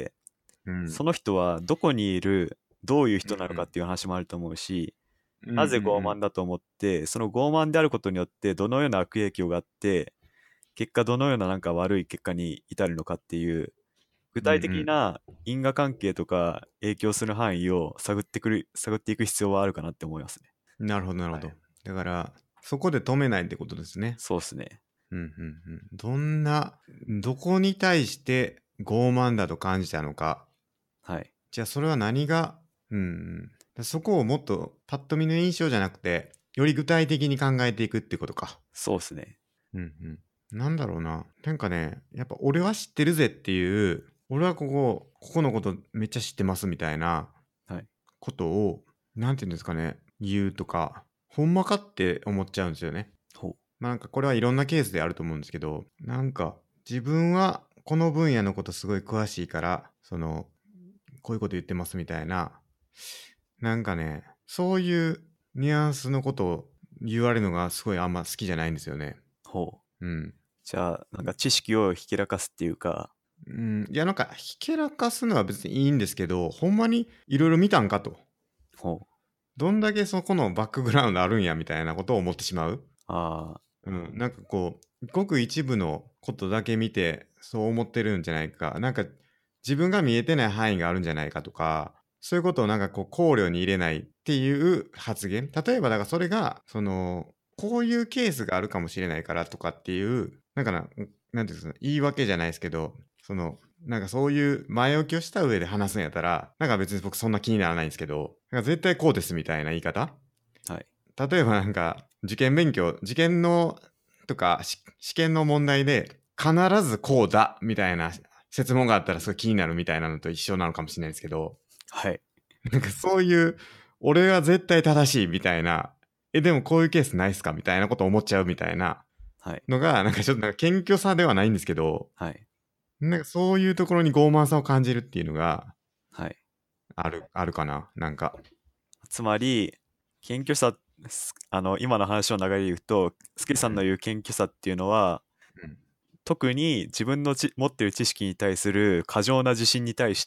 うん。 その人はどこにいる、どういううん。 人なのかっていう話もあると思うし、 うん。うん。 なぜ傲うん。 慢だと思って、その傲慢であることによってどのような悪影響があって、結果どのようななんか悪い結果に至るのかっていう、具体的うんな因果関係とか影響する範囲を探っていく必要はあるかなって思いますね。 うん。なるほど、なるほはい。 ど。だから、そこで止めないってことですね。 そうですね。 うん。うん。うん。どこに対して傲慢だと感じたのか。 はい。 じゃあそれは何が、そこをもっとパッと見の印象じゃなくて、より具体的に考えていくってことか。 そうですね。 うんうん。なんだろうな。なんかね、やっぱ俺は知ってるぜっていう、俺はここのことめっちゃ知ってますみたいなはい。 ことを、なんていうんですかね、言うとか、ほんまかって思っちゃうんですよね。 ほう。 まあなんかこれはいろんなケースであると思うんですけど、なんか自分はこの分野のことすごい詳しいから、こういうこと言ってますみたいな、なんかね、そういうニュアンスのことを言われるのがすごいあんま好きじゃないんですよね。 ほう。 うん。 じゃあ、なんか知識をひけらかすっていうか、 うん、いやなんかひけらかすのは別にいいんですけど、ほんまにいろいろ見たんかと。 ほう。 どんだけそこのバックグラウンドあるんやみたいなことを思ってしまう。 ああ、 うん、なんかこう、ごく一部のことだけ見てそう思ってるんじゃないか。なんか自分が見えてない範囲があるんじゃないかとか、そういうことをなんかこう考慮に入れないっていう発言。例えばだからそれが、こういうケースがあるかもしれないからとかっていう、なんかなんていうんですか、言い訳じゃないですけど、なんかそういう前置きをした上で話すんやったら、なんか別に僕そんな気にならないんですけど、なんか絶対こうですみたいな言い方。 はい。 例えばなんか受験のとか試験の問題で必ずこうだみたいな設問があったらすごい気になるみたいなのと一緒なのかもしれないですけど、 はい。 なんかそういう俺は絶対正しいみたいな、でもこういうケースないっすかみたいなこと思っちゃうみたいなはい。 のがなんかちょっとなんか謙虚さではないんですけど、 はい。 なんかそういうところに傲慢さを感じるっていうのがはい。 あるかな、なんか。 つまり、謙虚さ、今の話の流れで言うと、スケさんの言う謙虚さっていうのは、 うん。 特に自分の持ってる知識に対する過剰な自信に対して、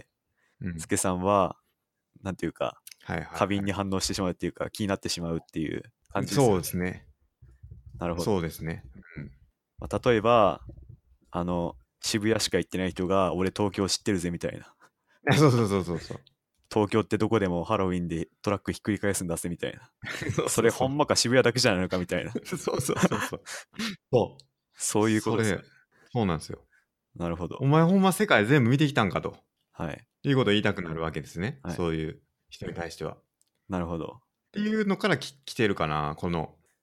うん。 スケさんは、なんていうか、 はいはい過敏には反応してしまうっていうか、気になってしまうっていう感い。 じですよね。 そうですね。 なるほど。 そうですね。うん。 まあ、例えば、渋谷しか行ってない人が、俺東京知ってるぜみたいな。 そうそうそうそうそう。 東京ってどこでもハロウィンでトラックひっくり返すんだぜみたいな。 そうそそうそう。 れほんまか渋谷だけじゃないのかみたいな。 そうそうそうそう。そう。 そういうこそれ、 とですよね。 そうなんですよ。 なるほど。 お前ほんま世界全部見てきたんかとはい。 いうことを言いたくなるわけですね。 はい。 そういう人に対しては。っなるほど。 ていうのから来てるかな、この。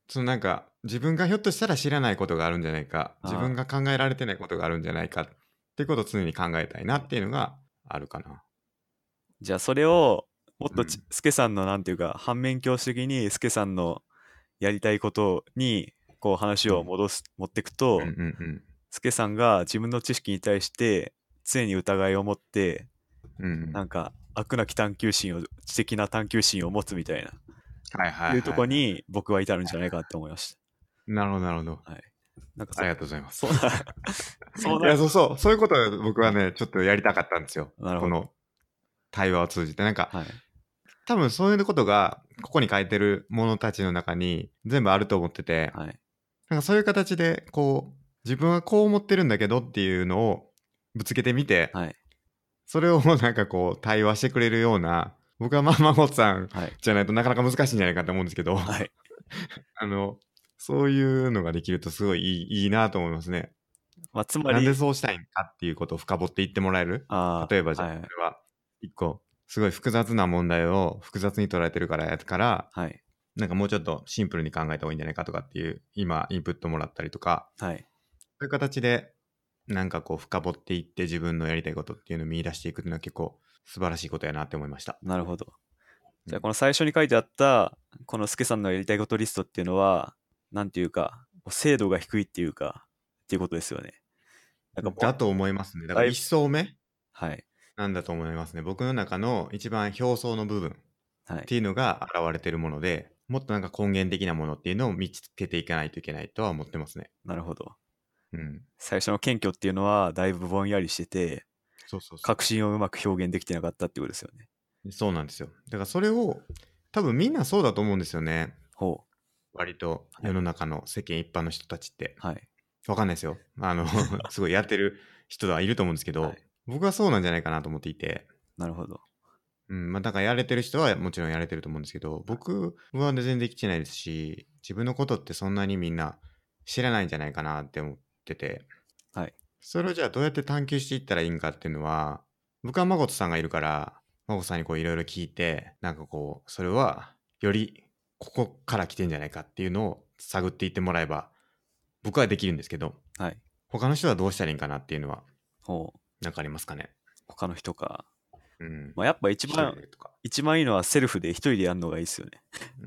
そのなんか自分がひょっとしたら知らないことがあるんじゃないか、自分が考えられてないことがあるんじゃないかってことを常に考えたいなっていうのがあるかな。 じゃあそれをもっとうん。 スケさんのなんていうか反面教師的にスケさんのやりたいことにこう話をうん。 持っていくうんうと、 んスケさんが自分の知識に対して常に疑いを持って、 うん。うんうん。 なんか悪なき探求心を、知的な探求心を持つみたいな、 はいはいいうところはいはい。 に僕は至るんじゃないかって思いましなるほどなるほど。 た。はい。なんかありがとうございます。 そうな、そういや、 なる。 そういうことを僕ははい。 ね、ちょっとやりたかったんですよ。 なるほど。 この対話を通じて。なんか、 はい。 多分そういうことが、ここに書いてるものたちの中に全部あると思ってて、 はい。 なんかそういう形で、こう、自分はこう思ってるんだけどっていうのをぶつけてみて、 はい。 それをなんかこう、対話してくれるような、僕はまあ、孫さんはい。 じゃないとなかなか難しいんじゃないかと思うんですけど、 はい。 あの、そういうのができるとすごいいいなと思いますね。 まあ、つまなんでり、 そうしたいんかっていうことを深掘っていってもらえる。例えばじゃあ、 はい。 これは一個、すごい複雑な問題を複雑に捉えてるからやから、 はい。 なんかもうちょっとシンプルに考えた方がいいんじゃないかとかっていう、今、インプットもらったりとか、 はい。 そういう形で、なんかこう、深掘っていって自分のやりたいことっていうのを見出していくっていうのは結構素晴らしいことやなって思いました。 なるほど。じゃあ、 うん。 この最初に書いてあった、このスケさんのやりたいことリストっていうのは、なんていうか、精度が低いっていうか、っていうことですよね。なんかもう、 だと思いますね。だからだいぶ、 一層目はい。 なんだと思いますね。僕の中の一番表層の部分っはい。 ていうのが現れてるもので、もっとなんか根源的なものっていうのを見つけていかないといけないとは思ってますね。 なるほど。 うん。 最初の謙虚っていうのは、だいぶぼんやりしてて、 そうそうそ確信をうまく表現できてなかったってことですよね。 う。そうなんですよ。だからそれを多分みんなそうだと思うんですよね。 ほ割とう。はい。 世の中の世間一般の人たちって。 はい。 わかんないですよ。すごいやってる人はいると思うんですけど、 はい。 僕はそうなんじゃないかなと思っていて、 なるほど。 うん、まあだからやれてる人はもちろんやれてると思うんですけど、 はい。 僕は全然できてないですし、自分のことってそんなにみんな知らないんじゃないかなって思ってて、 はい。 それをじゃあどうやって探求していったらいいんかっていうのは、僕は誠さんがいるから、誠さんにこういろいろ聞いて、なんかこう、それはよりここから来てんじゃないかっていうのを探っていってもらえば、僕はできるんですけど、 はい。 他の人はどうしたらいいんかなっていうのは、 ほう。 なんかありますかね。 他の人か。 うん。 まあ、やっぱ一人でとか。 一番いいのはセルフで一人でやるのがいいですよね。 うん。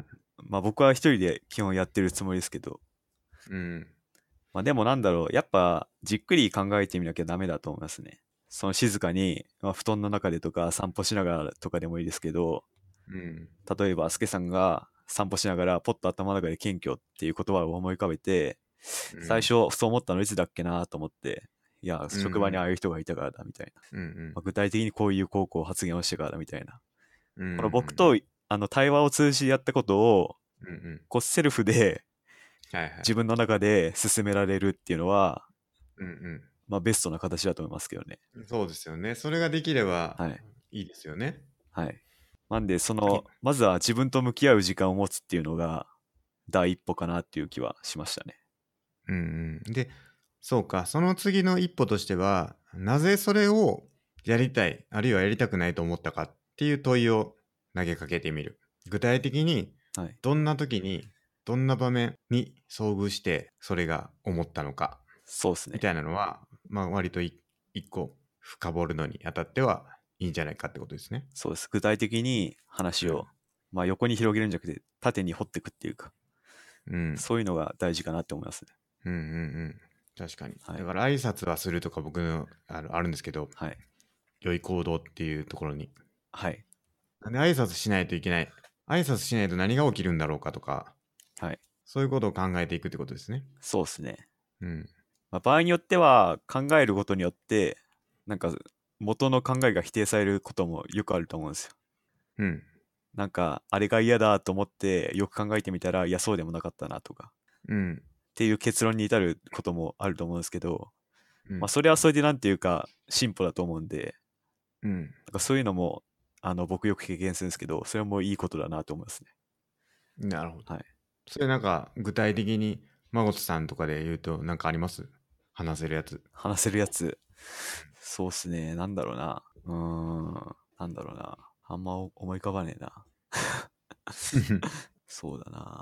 まあ僕は一人で基本やってるつもりですけど、 うん。 まあでもなんだろう、やっぱじっくり考えてみなきゃダメだと思いますね。その静かに、まあ、布団の中でとか散歩しながらとかでもいいですけど、 うん。 例えばスケさんが散歩しながらポッと頭の中で謙虚っていう言葉を思い浮かべて、 うん。 最初そう思ったのいつだっけなと思って、いや、 うん。う職場にあん。 あいう人がいたからだみたいな。 うん。 まあ、具体的にこういう高校発言をしてからだみたいな。 うん。うこの僕とん。 対話を通じてやったことを、 うん。 こうセルフではいはい。 自分の中で進められるっていうのは、 うん。 まあベストな形だと思いますけどね。 うん。そうですよね。それができればはい。 いいですよね。 はい。なんで、 きまずは自分と向き合う時間を持つっていうのが第一歩かなっていう気はしましたね。 うんうん。で、そうか。その次の一歩としては、なぜそれをやりたい、あるいはやりたくないと思ったかっていう問いを投げかけてみる。具体的に、 はい。 どんな時に、どんな場面に遭遇して、それが思ったのか、 そうですね。 みたいなのは、まあ割と一個深掘るのにあたってはいいんじゃないかってことですね。 そうです。具体的に話を、 うん。 まあ横に広げるんじゃなくて縦に掘っていくっていうか、 うん。 そういうのが大事かなって思いますね。 うんうんうん。確かに。 はい。 だから挨拶はするとか僕のあるんですけど、 はい。 良い行動っていうところに。 はい。 なんで挨拶しないといけない。挨拶しないと何が起きるんだろうかとか、 はい。 そういうことを考えていくってことですね。 そうですね。 うん。 まあ、場合によっては考えることによって、なんか元の考えが否定されることもよくあると思うんですよ。 うん。 なんか、あれが嫌だと思ってよく考えてみたら、いや、そうでもなかったなとか、 うん。 っていう結論に至ることもあると思うんですけど、まあ、 うん。 それはそれでなんていうか、進歩だと思うんで、 うん。 なんかそういうのも、僕よく経験するんですけど、それもいいことだなと思いますね。 なるほど。 はい。 それなんか具体的に、まごとさんとかで言うとなんかあります？話せるやつ。 話せるやつ、そうっすね。なんだろうな。なんだろうな。あんま思い浮かばねえな。そうだな。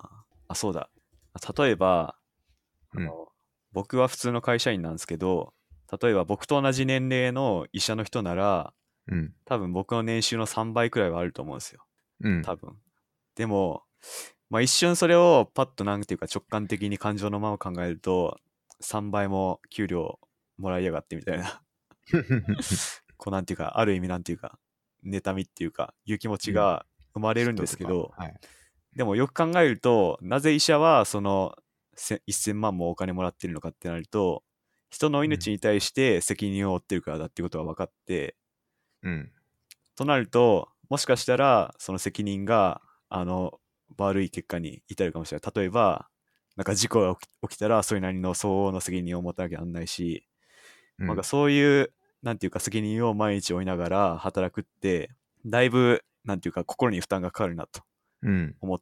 あ、そうだ。例えば、 うん僕は普通の会社員なんですけど、例えば僕と同じ年齢の医者の人なら、 うん多分僕の年収の3倍くらいはあると思うんですよ。 うん多分。でも、まあ一瞬それをパッとなんていうか直感的に感情のまま考えると、3倍も給料もらいやがってみたいな、こうなんていうか、ある意味なんていうか、妬みっていうか、いう気持ちうんが生まれるんで嫉妬とか。 すけど、 はい。 でもよく考えると、なぜ医者はその1000万もお金もらってるのかってなると、人のうん命に対して責任を負ってるからだっていうことが分かって、 うんとなると、もしかしたらその責任が、あの、悪い結果に至るかもしれない。例えば、なんか事故が起きたら、それなりの相応の責任を持たなきゃならないし、なんかうんそういう、なんていうか責任を毎日負いながら働くって、だいぶ、なんていうか心に負担がかかるなとうん思って、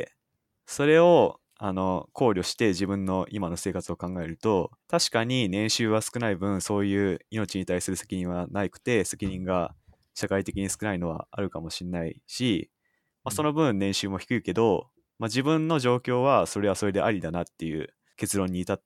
それを考慮して自分の今の生活を考えると、確かに年収は少ない分、そういう命に対する責任はなくて、責任が社会的に少ないのはあるかもしれないし、まあ、その分年収も低いけど、まあ、自分の状況はそれはそれでありだなっていう結論に至って、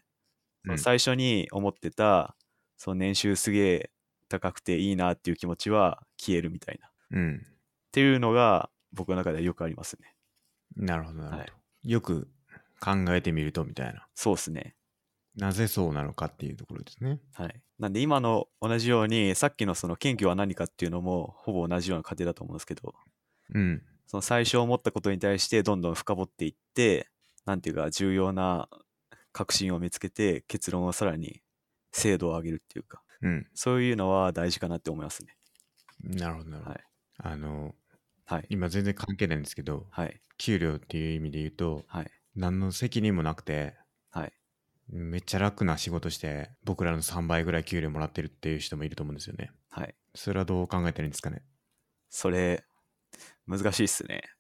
そのうん最初に思ってた、その年収すげえ高くていいなっていう気持ちは消えるみたいな。っうんていうのが僕の中ではよくありますね。 なるほどなるはい。 ほど。よく考えてみるとみたいな。 そうですね。 なぜそうなのかっていうところですね。 はい。なんで今の同じように、さっきのその謙虚は何かっていうのも、ほぼ同じような過程だと思うんですけど、 うんその最初思ったことに対してどんどん深掘っていって、なんていうか重要な確信を見つけて結論をさらに精度を上げるっていうか、 うんそういうのは大事かなって思いますね。 なるほどなるほど。 はい。 あのはい。 今全然関係ないんですけど、 はい。 給料っていう意味で言うとはい。 何の責任もなくてはい。 めっちゃ楽な仕事して僕らの3倍ぐらい給料もらってるっていう人もいると思うんですよね。 はい。 それはどう考えてるんですかね。 それ、難しいっすね。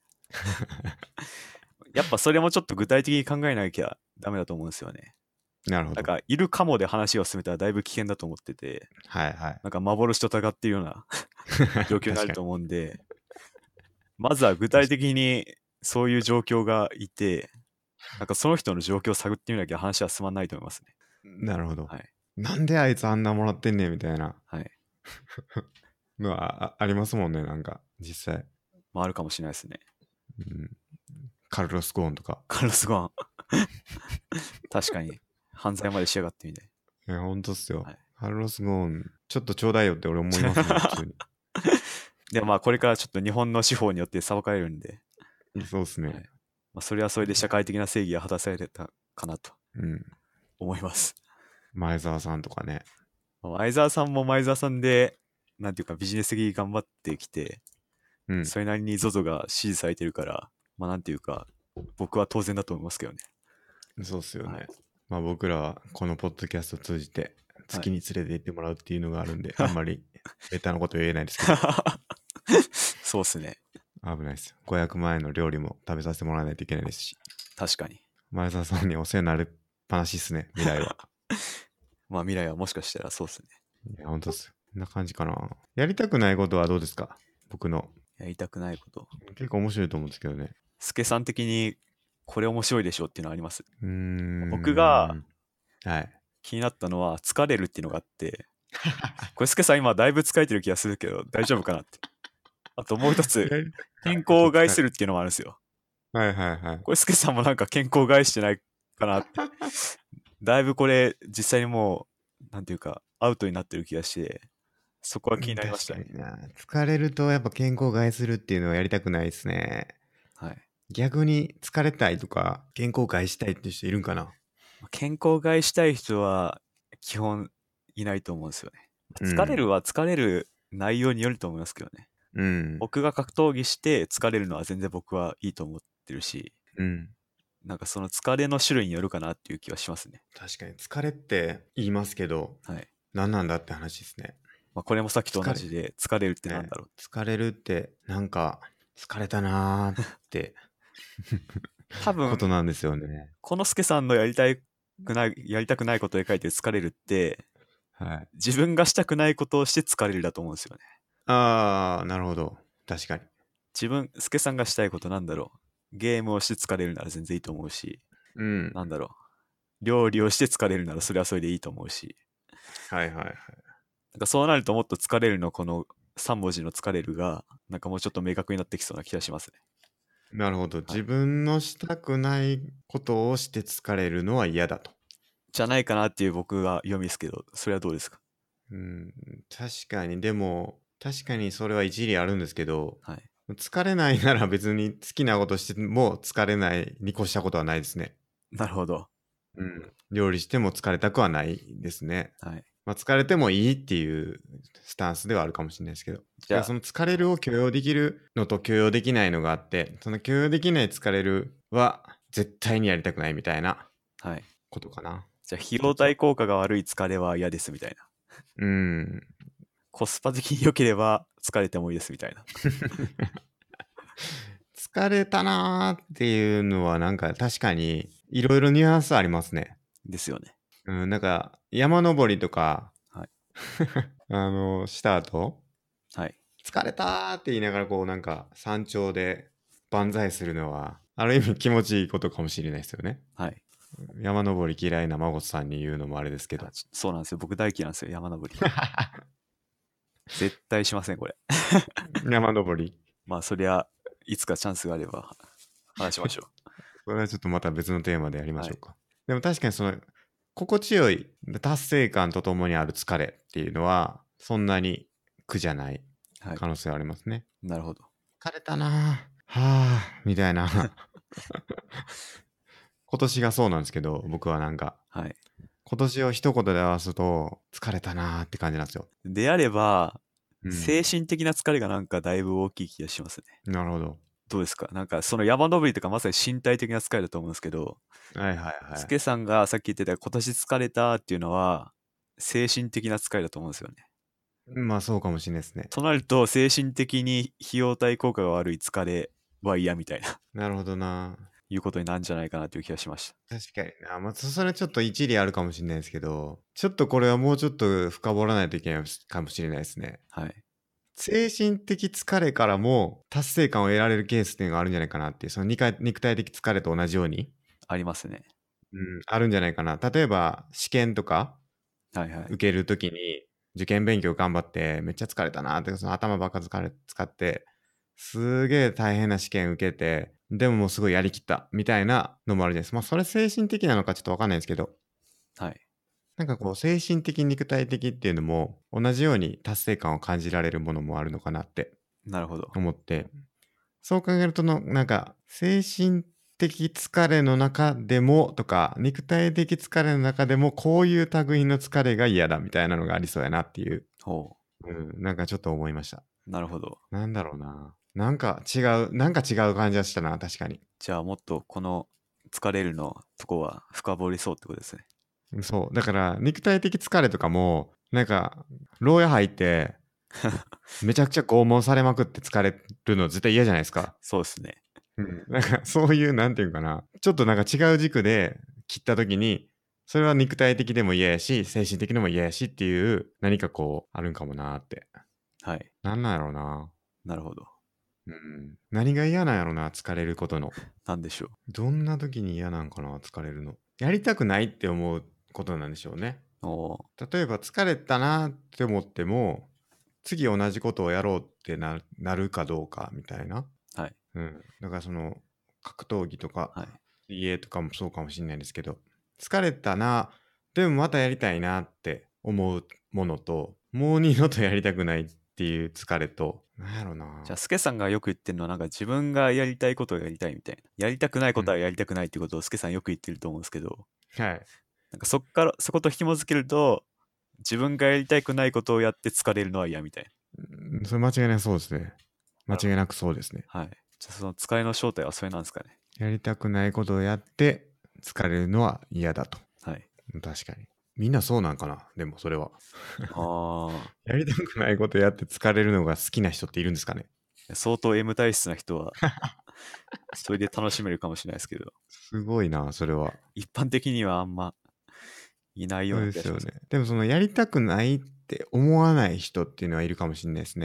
やっぱそれもちょっと具体的に考えなきゃダメだと思うんですよね。 なるほど。 なんか、いるかもで話を進めたらだいぶ危険だと思ってて、 はいはい。 なんか幻と戦っているような状況になると確かに。 思うんで、まずは具体的にそういう状況がいて、なんかその人の状況を探ってみなきゃ話は進まないと思いますね。 なるほど。 はい。 なんであいつあんなもらってんねんみたいなはい。 のはありますもんね、なんか実際。 まああるかもしれないですね。 うん、カルロス・ゴーンとか。 カルロス・ゴーン。確かに、犯罪までしやがってみたい。 いや、ほんとっすよ。 はい。 カルロス・ゴーン、ちょっとちょうだいよって俺思いますもん、普通でもまあこれからちょっと日本の司法によって裁かれるんで、 に。そうっすね。 はい。まあそれはそれで社会的な正義が果たされたかなとうん。 思います。 前澤さんとかね。 前澤さんも前澤さんで、なんていうかビジネス的に頑張ってきて、 うん。 それなりに ZOZO が支持されてるから、まあなんていうか、僕は当然だと思いますけどね。 そうっすよね。 はい。 まあ僕らはこのポッドキャストを通じてはい月に連れて行ってもらうっていうのがあるんで、あんまりベタなこと言えないですけど、 そうっすね。 危ないですよ。500万円の料理も食べさせてもらわないといけないですし、 確かに。 前澤さんにお世話になるっぱなしっすね、未来は。 まあ未来はもしかしたらそうっすね。 いや、ほんとっす。こんな感じかな。やりたくないことはどうですか？僕の。 やりたくないこと。 結構面白いと思うんですけどね。 スケさん的にこれ面白いでしょっていうのはあります？ うーん。 僕がはい。 気になったのは疲れるっていうのがあって、これスケさん今だいぶ疲れてる気がするけど大丈夫かなって。あともう一つ、健康を害するっていうのもあるんですよ。 はいはいはい。 これスケさんもなんか健康を害してないかなって。だいぶこれ実際にもう、なんていうか、アウトになってる気がして、そこは気になりましたね。 確かにな。疲れるとやっぱ健康を害するっていうのはやりたくないですね。 はい。 逆に疲れたいとか健康を害したいっていう人いるんかな？ 健康を害したい人は基本いないと思うんですよね。疲れるは疲れる内容によると思いますけどね。 うん。 僕が格闘技して疲れるのは全然僕はいいと思ってるし、 うん。 なんかその疲れの種類によるかなっていう気はしますね。 確かに疲れって言いますけど、 はい。 何なんだって話ですね。 まあ、これもさっきと同じで疲れるってなんだろう。 疲れるってなんか疲れたなーって多分ことなんですよね。 このスケさんのやりたくないことで書いてる疲れるって、 はい。 自分がしたくないことをして疲れるだと思うんですよね。 ああ、なるほど。確かに。 スケさんがしたいことなんだろう。 ゲームをして疲れるなら全然いいと思うし、 うん。 なんだろう、料理をして疲れるならそれはそれでいいと思うし、 はいはいはい。 なんかそうなるともっと疲れるのこの3文字の疲れるが、なんかもうちょっと明確になってきそうな気がしますね。 なるほど。 はい。 自分のしたくないことをして疲れるのは嫌だと。 じゃないかなっていう僕は読みですけど、それはどうですか？ うん。確かに、でも、確かにそれは一理あるんですけど、 はい。 疲れないなら別に好きなことしても疲れないに越したことはないですね。 なるほど。 うん。料理しても疲れたくはないですね。 はい。 まあ、疲れてもいいっていうスタンスではあるかもしれないですけど。だからそじゃの疲れるを許容できるのと許容できないのがあって、その許容できない疲れるは絶対にやりたくないみたいなあ、はい。 ことかな。 じゃあ、費用一つは。 対効果が悪い疲れは嫌ですみたいな。 うん。 コスパ的に良ければ疲れてもいいですみたいな。 疲れたなーっていうのはなんか確かにいろいろニュアンスありますね。 ですよね。 うん、なんか山登りとか、 はい。 した後、 はい。 疲れたーって言いながらこうなんか山頂で万歳するのは、ある意味気持ちいいことかもしれないですよね。 はい。 山登り嫌いな孫さんに言うのもあれですけど。 そうなんですよ。僕大嫌いなんですよ。山登り。絶対しません、これ。 山登り。 まあ、そりゃ、いつかチャンスがあれば話しましょこれはちょっとまた別のテーマでやりう。はい。 ましょうか。でも確かにその、心地よい達成感とともにある疲れっていうのは、そんなに苦じゃないはい。 可能性はありますね。 なるほど。 疲れたなぁ。はぁ、みたいな。今年がそうなんですけど、僕はなんか、 はい。 今年を一言で表すと、疲れたなーって感じなんですよ。 であれば、 うん。 精神的な疲れがなんかだいぶ大きい気がしますね。 なるほど。 どうですか？なんかその山登りとかまさに身体的な疲れだと思うんですけど、 はいはいはい。 スケさんがさっき言ってた今年疲れたっていうのは、精神的な疲れだと思うんですよね。 まあそうかもしれないですね。 となると、精神的に費用対効果が悪い疲れは嫌みたいな、 なるほどな。 いうことになるんじゃないかなという気がしました。 確かにな。まあそれちょっと一理あるかもしれないですけど、ちょっとこれはもうちょっと深掘らないといけないかもしれないですね。 はい。 精神的疲れからも達成感を得られるケースっていうのがあるんじゃないかなっていう、その肉体的疲れと同じように、 ありますね。 うん、あるんじゃないかな。例えば試験とかはいはい。 受けるときに受験勉強頑張ってめっちゃ疲れたなって、その頭ばっか使ってすげえ大変な試験受けて、でももうすごいやりきったみたいなのもあるじゃないですか。まあそれ精神的なのかちょっとわかんないですけど、 はい。 なんかこう精神的肉体的っていうのも同じように達成感を感じられるものもあるのかなってなるほど。 思って、そう考えるとなんか精神的疲れの中でもとか肉体的疲れの中でもこういう類の疲れが嫌だみたいなのがありそうやなっていう、 ほうん、なんかちょっと思いました。 う。なるほど。 なんだろうな。なんか違う感じはしたな、確かに。 じゃあもっとこの疲れるのとこは深掘りそうってことですね。 そう。だから、肉体的疲れとかも、なんか、牢屋入って、めちゃくちゃ拷問されまくって疲れるの絶対嫌じゃないですか。 そうですね。 うん。なんか、そういう、なんていうかな。ちょっとなんか違う軸で切った時に、それは肉体的でも嫌やし、精神的でも嫌やしっていう、何かこう、あるんかもなーって。 はい。 なんなんやろうな。 なるほど。 うん。何が嫌なんやろな、疲れることの。 なんでしょどんな時に嫌なんかな、疲れるの。やりたくないって思うことなんでしょうね。 う。お例えば疲れたなって思っても、次同じことをやろうってなるかどうかみたいな。 ーはい。 うん。だからその、格闘技とか、 はい。 家とかもそうかもしれないですけど、疲れたな、でもまたやりたいなって思うものと、もう二度とやりたくないっていう疲れと、なんやろな。 じゃあ、スケさんがよく言ってるのは、なんか自分がやりたいことをやりたいみたいな。やりたくないうん。 ことはやりたくないってことをスケさんよく言ってると思うんですけど、 はい。 なんかそっから、そこと紐づけると、自分がやりたくないことをやって疲れるのは嫌みたいうん、それ間違いなくそうですね。間な。なるほど。 違いなくそうですね。 はい。じゃあ、その疲れの正体はそれなんですかね。 やりたくないことをやって疲れるのは嫌だと。 はい。 確かに。みんなそうなんかな、でもそれは。 あやりたくないことやって疲れるのが好きな人っているんですかね。 あ、相当 M 体質な人は、それで楽しめるかもしれないですけど、 すごいな、それは。 一般的にはあんまいないようそうな気がします。 ですよね。でもそのやりたくないって思わない人っていうのはいるかもしれないですね。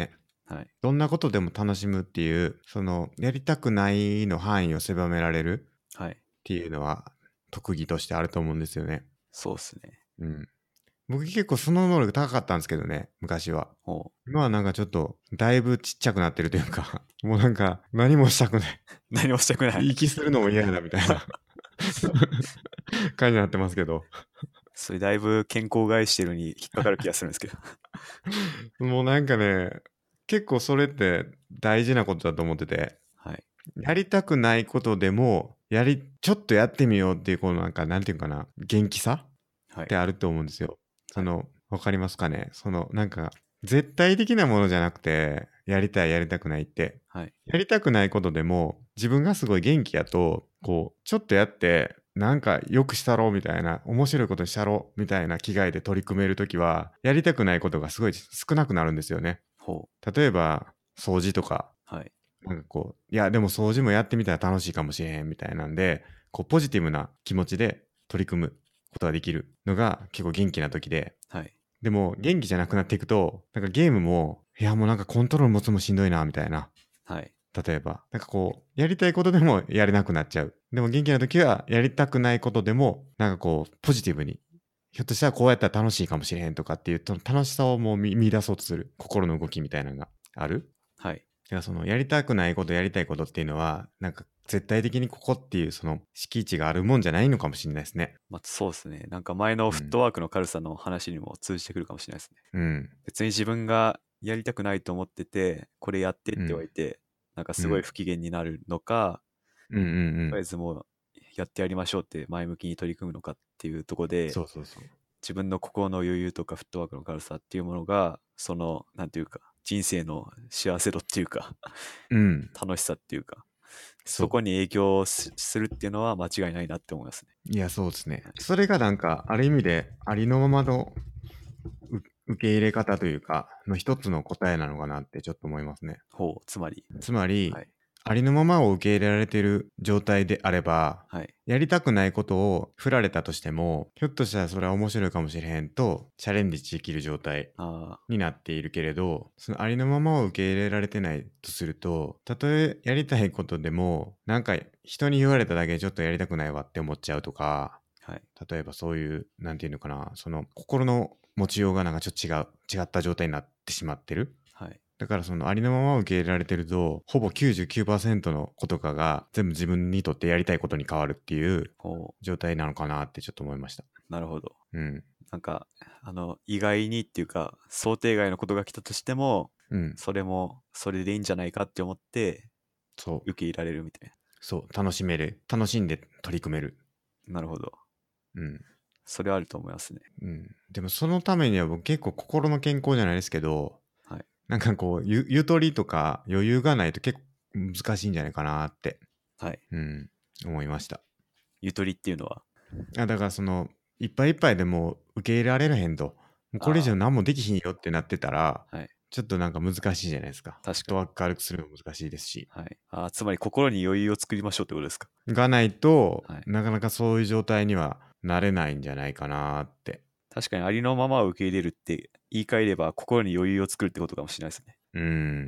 はい。 どんなことでも楽しむっていう、そのやりたくないの範囲を狭められるはい。 っていうのは特技としてあると思うんですよね。 そうっすね。 うん。僕結構その能力高かったんですけどね、昔は。 ほ今はなんかちょっとだいぶちっちゃくなってるというか、もうなんか何もしたくない。 う。何もしたくない。 息するのも嫌だみたいな感じになってますけど。 それだいぶ健康害してるに引っかかる気がするんですけど。 もうなんかね、結構それって大事なことだと思ってて、 はい。 やりたくないことでも、ちょっとやってみようっていう、このなんか、なんていうかな、元気さはい。 ってあると思うんですよ。 はい。 わかりますかね？なんか、絶対的なものじゃなくて、やりたい、やりたくないって。 はい。 やりたくないことでも、自分がすごい元気やと、こう、ちょっとやって、なんか良くしたろうみたいな、面白いことしたろうみたいな気概で取り組めるときは、やりたくないことがすごい少なくなるんですよね。 ほ例えば、掃除とか、 う。はい。 なんかこう、いや、でも掃除もやってみたら楽しいかもしれへんみたいなんで、こう、ポジティブな気持ちで取り組むことができるのが結構元気な時で、 はい。 でも元気じゃなくなっていくと、なんかゲームも、いや、もうなんかコントロール持つのもしんどいな、みたいな。 はい。 例えば、なんかこう、やりたいことでもやれなくなっちゃう。でも元気な時は、やりたくないことでも、なんかこう、ポジティブに、ひょっとしたらこうやったら楽しいかもしれへんとかっていう、その楽しさをもう見出そうとする心の動きみたいなのがある。 はい。 だからそのやりたくないことやりたいことっていうのは、なんか絶対的にここっていうその敷地があるもんじゃないのかもしれないですね。 まあ、そうですね。なんか前のフッうん。 トワークの軽さの話にも通じてくるかもしれないですね。 うん。 別に自分がやりたくないと思ってて、これやってってうん。 言われて、なんかうん。 すごい不機嫌になるのか、 うんうんうとりあえん。 ずもうやってやりましょうって前向きに取り組むのかっていうところで、 そうそうそう。 自分の心の余裕とかフットワークの軽さっていうものが、その、なんていうか、人生の幸せ度っていうか、 うん。 楽しさっていうか、そそこに影響するっていうのは間違いないなって思いますね。 う。いや、そうですね。 はい。 それがなんか、ある意味でありのままの受け入れ方というか、の一つの答えなのかなってちょっと思いますね。 ほう、つまり、 つまり、 はい、 ありのままを受け入れられている状態であれば、 はい、 やりたくないことを振られたとしても、ひょっとしたらそれは面白いかもしれへんと、チャレンジできる状態あになっているけれど、そのありのままを受け入れられてないとすると、たとえやりたいことでも、なんか人に言われただけでちょっとやりたくないわって思っちゃうとか、 あ、はい、 例えばそういう、なんていうのかな、その心の持ちようがなんかちょっと違った状態になってしまってる。 はい、 だからそのありのまま受け入れられてると、ほぼ99%のことかが全部自分にとってやりたいことに変わるっていうほ状態なのかなってちょっと思いました。 う、なるほど。 うん。 なんか、意外にっていうか、想定外のことが来たとしても、 うん。 それも、それでいいんじゃないかって思って、 そう。 受け入れられるみたいそう。楽しめる。楽しんで取り組める。 な。なるほど。 うん。 それはあると思いますね。 うん。でもそのためには僕結構心の健康じゃないですけど、 はい、 なんかこう、ゆとりとか余裕がないと結構難しいんじゃないかなって、 はい。 うん、思いました。 ゆとりっていうのは、 だからその、いっぱいいっぱいでもう受け入れられへんと、もうこれ以上あ何もできひんよってなってたら、 あ、はい。 ちょっとなんか難しいじゃないですか。フッ確かに。 トワーク軽くするのも難しいですし。 はい。つまり心に余裕を作りましょうってことですか。 がないと、 はい。 なかなかそういう状態にはなれないんじゃないかなって。 確かにありのままを受け入れるって言い換えれば心に余裕を作るってことかもしれないですね。 うん。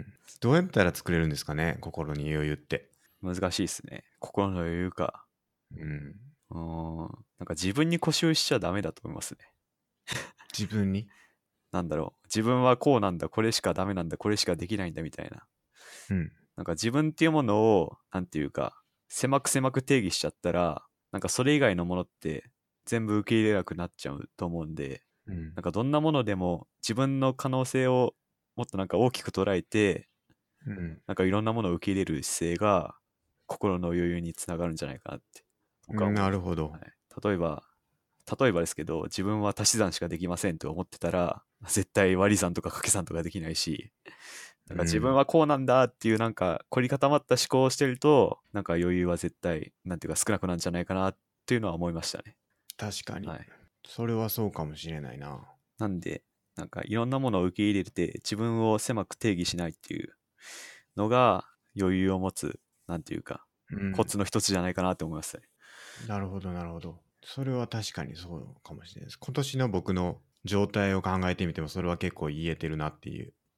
どうやったら作れるんですかね、心に余裕って。 難しいですね。心の余裕か。 うん。 うーん。なんか自分に固執しちゃダメだと思いますね。 自分に。 なんだろう。自分はこうなんだ、これしかダメなんだ、これしかできないんだみたいな。 うん。 なんか自分っていうものを、なんていうか、狭く狭く定義しちゃったら、なんかそれ以外のものって全部受け入れなくなっちゃうと思うんで、 うん。 なんかどんなものでも自分の可能性をもっとなんか大きく捉えて、 うん。 なんかいろんなものを受け入れる姿勢が心の余裕につながるんじゃないかなって僕は思います。 なるほど。 はい、例えばですけど、自分は足し算しかできませんと思ってたら、絶対割り算とか掛け算とかできないし、なんか自分うん。 はこうなんだっていうなんか凝り固まった思考をしてると、なんか余裕は絶対、なんていうか少なくなるんじゃないかなっていうのは思いましたね。 確かに。 はい。 それはそうかもしれないな。 なんで、なんかいろんなものを受け入れて自分を狭く定義しないっていうのが余裕を持つ、なんていうか、 うん。 コツの一つじゃないかなって思いましたね。 なるほど、なるほど。それは確かにそうかもしれないです。今年の僕の状態を考えてみても、それは結構言えてるなっていう。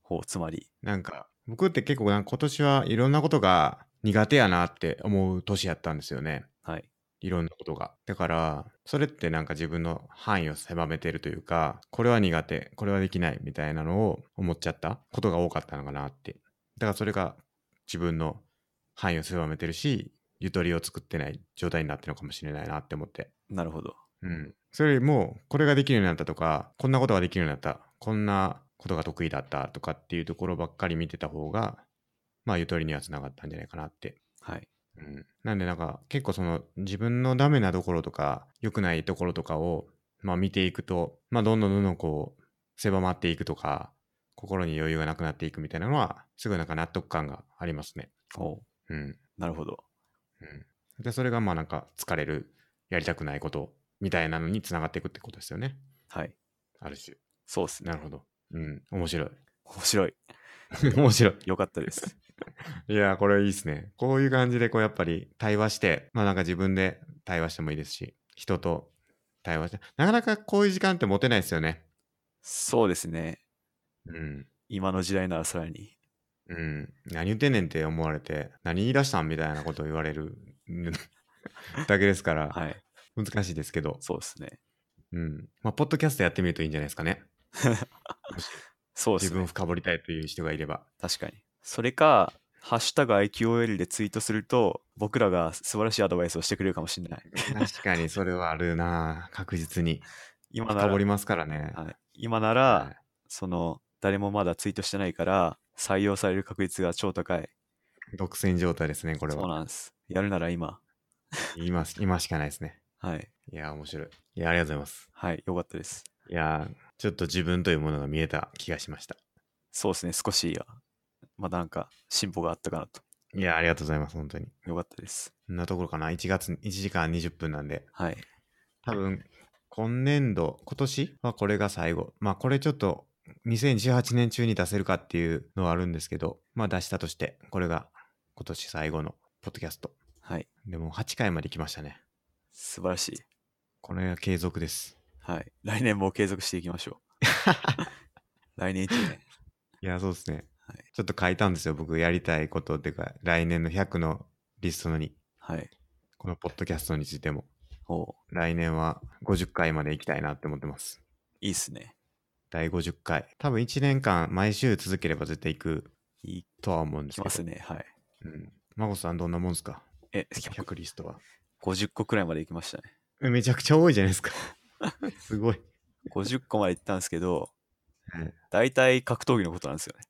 つまり。 なんか、僕って結構なんか今年はいろんなことが苦手やなって思う年やったんですよね。 はい。 いろんなことが。だから、それってなんか自分の範囲を狭めてるというか、これは苦手、これはできないみたいなのを思っちゃったことが多かったのかなって。だからそれが自分の範囲を狭めてるし、ゆとりを作ってない状態になってるのかもしれないなって思って。 なるほど。 うん。それよりも、これができるようになったとか、こんなことができるようになった、こんなことが得意だったとかっていうところばっかり見てた方が、まあ、ゆとりにはつながったんじゃないかなって。 はい。 うん。なんでなんか、結構その自分のダメなところとか、良くないところとかを、まあ見ていくと、まあどんどんどんどんこう、狭まっていくとか、心に余裕がなくなっていくみたいなのは、すごいなんか納得感がありますね。 おう、 うん。 なるほど。 うん。で、それがまあなんか疲れる、やりたくないことみたいなのにつながっていくってことですよね。 はい。 ある種。 そうですね。 なるほど。うん。面白い。 面白い。 面白い。 よかったです。 いやー、これいいっすね。こういう感じで、こうやっぱり対話して、まあなんか自分で対話してもいいですし、人と対話して、なかなかこういう時間って持てないですよね。 そうですね。 うん。 今の時代ならさらに。 うん。何言ってんねんって思われて、何言い出したんみたいなことを言われるだけですから、 はい。 難しいですけど、 そうですね。 うん。まあ、ポッドキャストやってみるといいんじゃないですかね。もし自分をそうですね。 深掘りたいという人がいれば。 確かに。それか、ハッシュタグ IQOL でツイートすると、僕らが素晴らしいアドバイスをしてくれるかもしれない。 確かにそれはあるな、確実に。 今なら、 深掘りますからね。 はい。今なら、 はい。 誰もまだツイートしてないから、採用される確率が超高い。 独占状態ですね、これそうは。 なんです。やるなら今。 今しかないですね。 はい。 いや、面白い。いや、ありがとうございます。 はい。よかったです。 いや、ちょっと自分というものが見えた気がしました。 そうですね。少し、まだなんか進歩があったかなと。 いや、ありがとうございます、本当に。 よかったです。 こんなところかな。1月、1時間20分なんで。 はい。 多分、今年度、今年はこれが最後。まあ、これちょっと、2018年中に出せるかっていうのはあるんですけど、まあ出したとして、これが今年最後のポッドキャスト。 はい。 でも8回まで来ましたね。 素晴らしい。 これが継続です。 はい。来年も継続していきましょう。来年1年。 いや、そうですね。 はい。 ちょっと書いたんですよ。僕やりたいことっていうか、来年の100のリストに、 はい。 このポッドキャストについても、 おう、 来年は50回まで行きたいなって思ってます。 いいっすね。 第50回。多分1年間毎週続ければ絶対行くいい、 とは思うんですけど。 きますね。はい。 うん。孫さんどんなもんすか？ 100、 100 リストは。 50個くらいまで行きましたね。 めちゃくちゃ多いじゃないですか。すごい。 50個まで行ったんですけど、 はい。 大体格闘技のことなんですよね。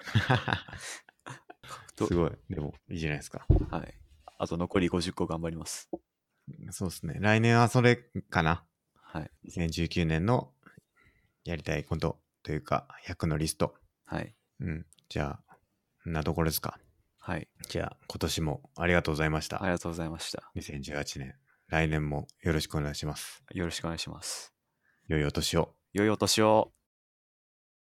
格闘、 すごい。でも、いいじゃないですか。 はい。あと残り50個頑張ります。 そうですね。来年はそれかな。 はい。 2019年のやりたいことというか、100のリスト。 はい。 うん。じゃあ、こんなところですか。 はい。 じゃあ、今年もありがとうございました。 ありがとうございました。 2018年。来年もよろしくお願いします。 よろしくお願いします。 良いお年を。 良いお年を。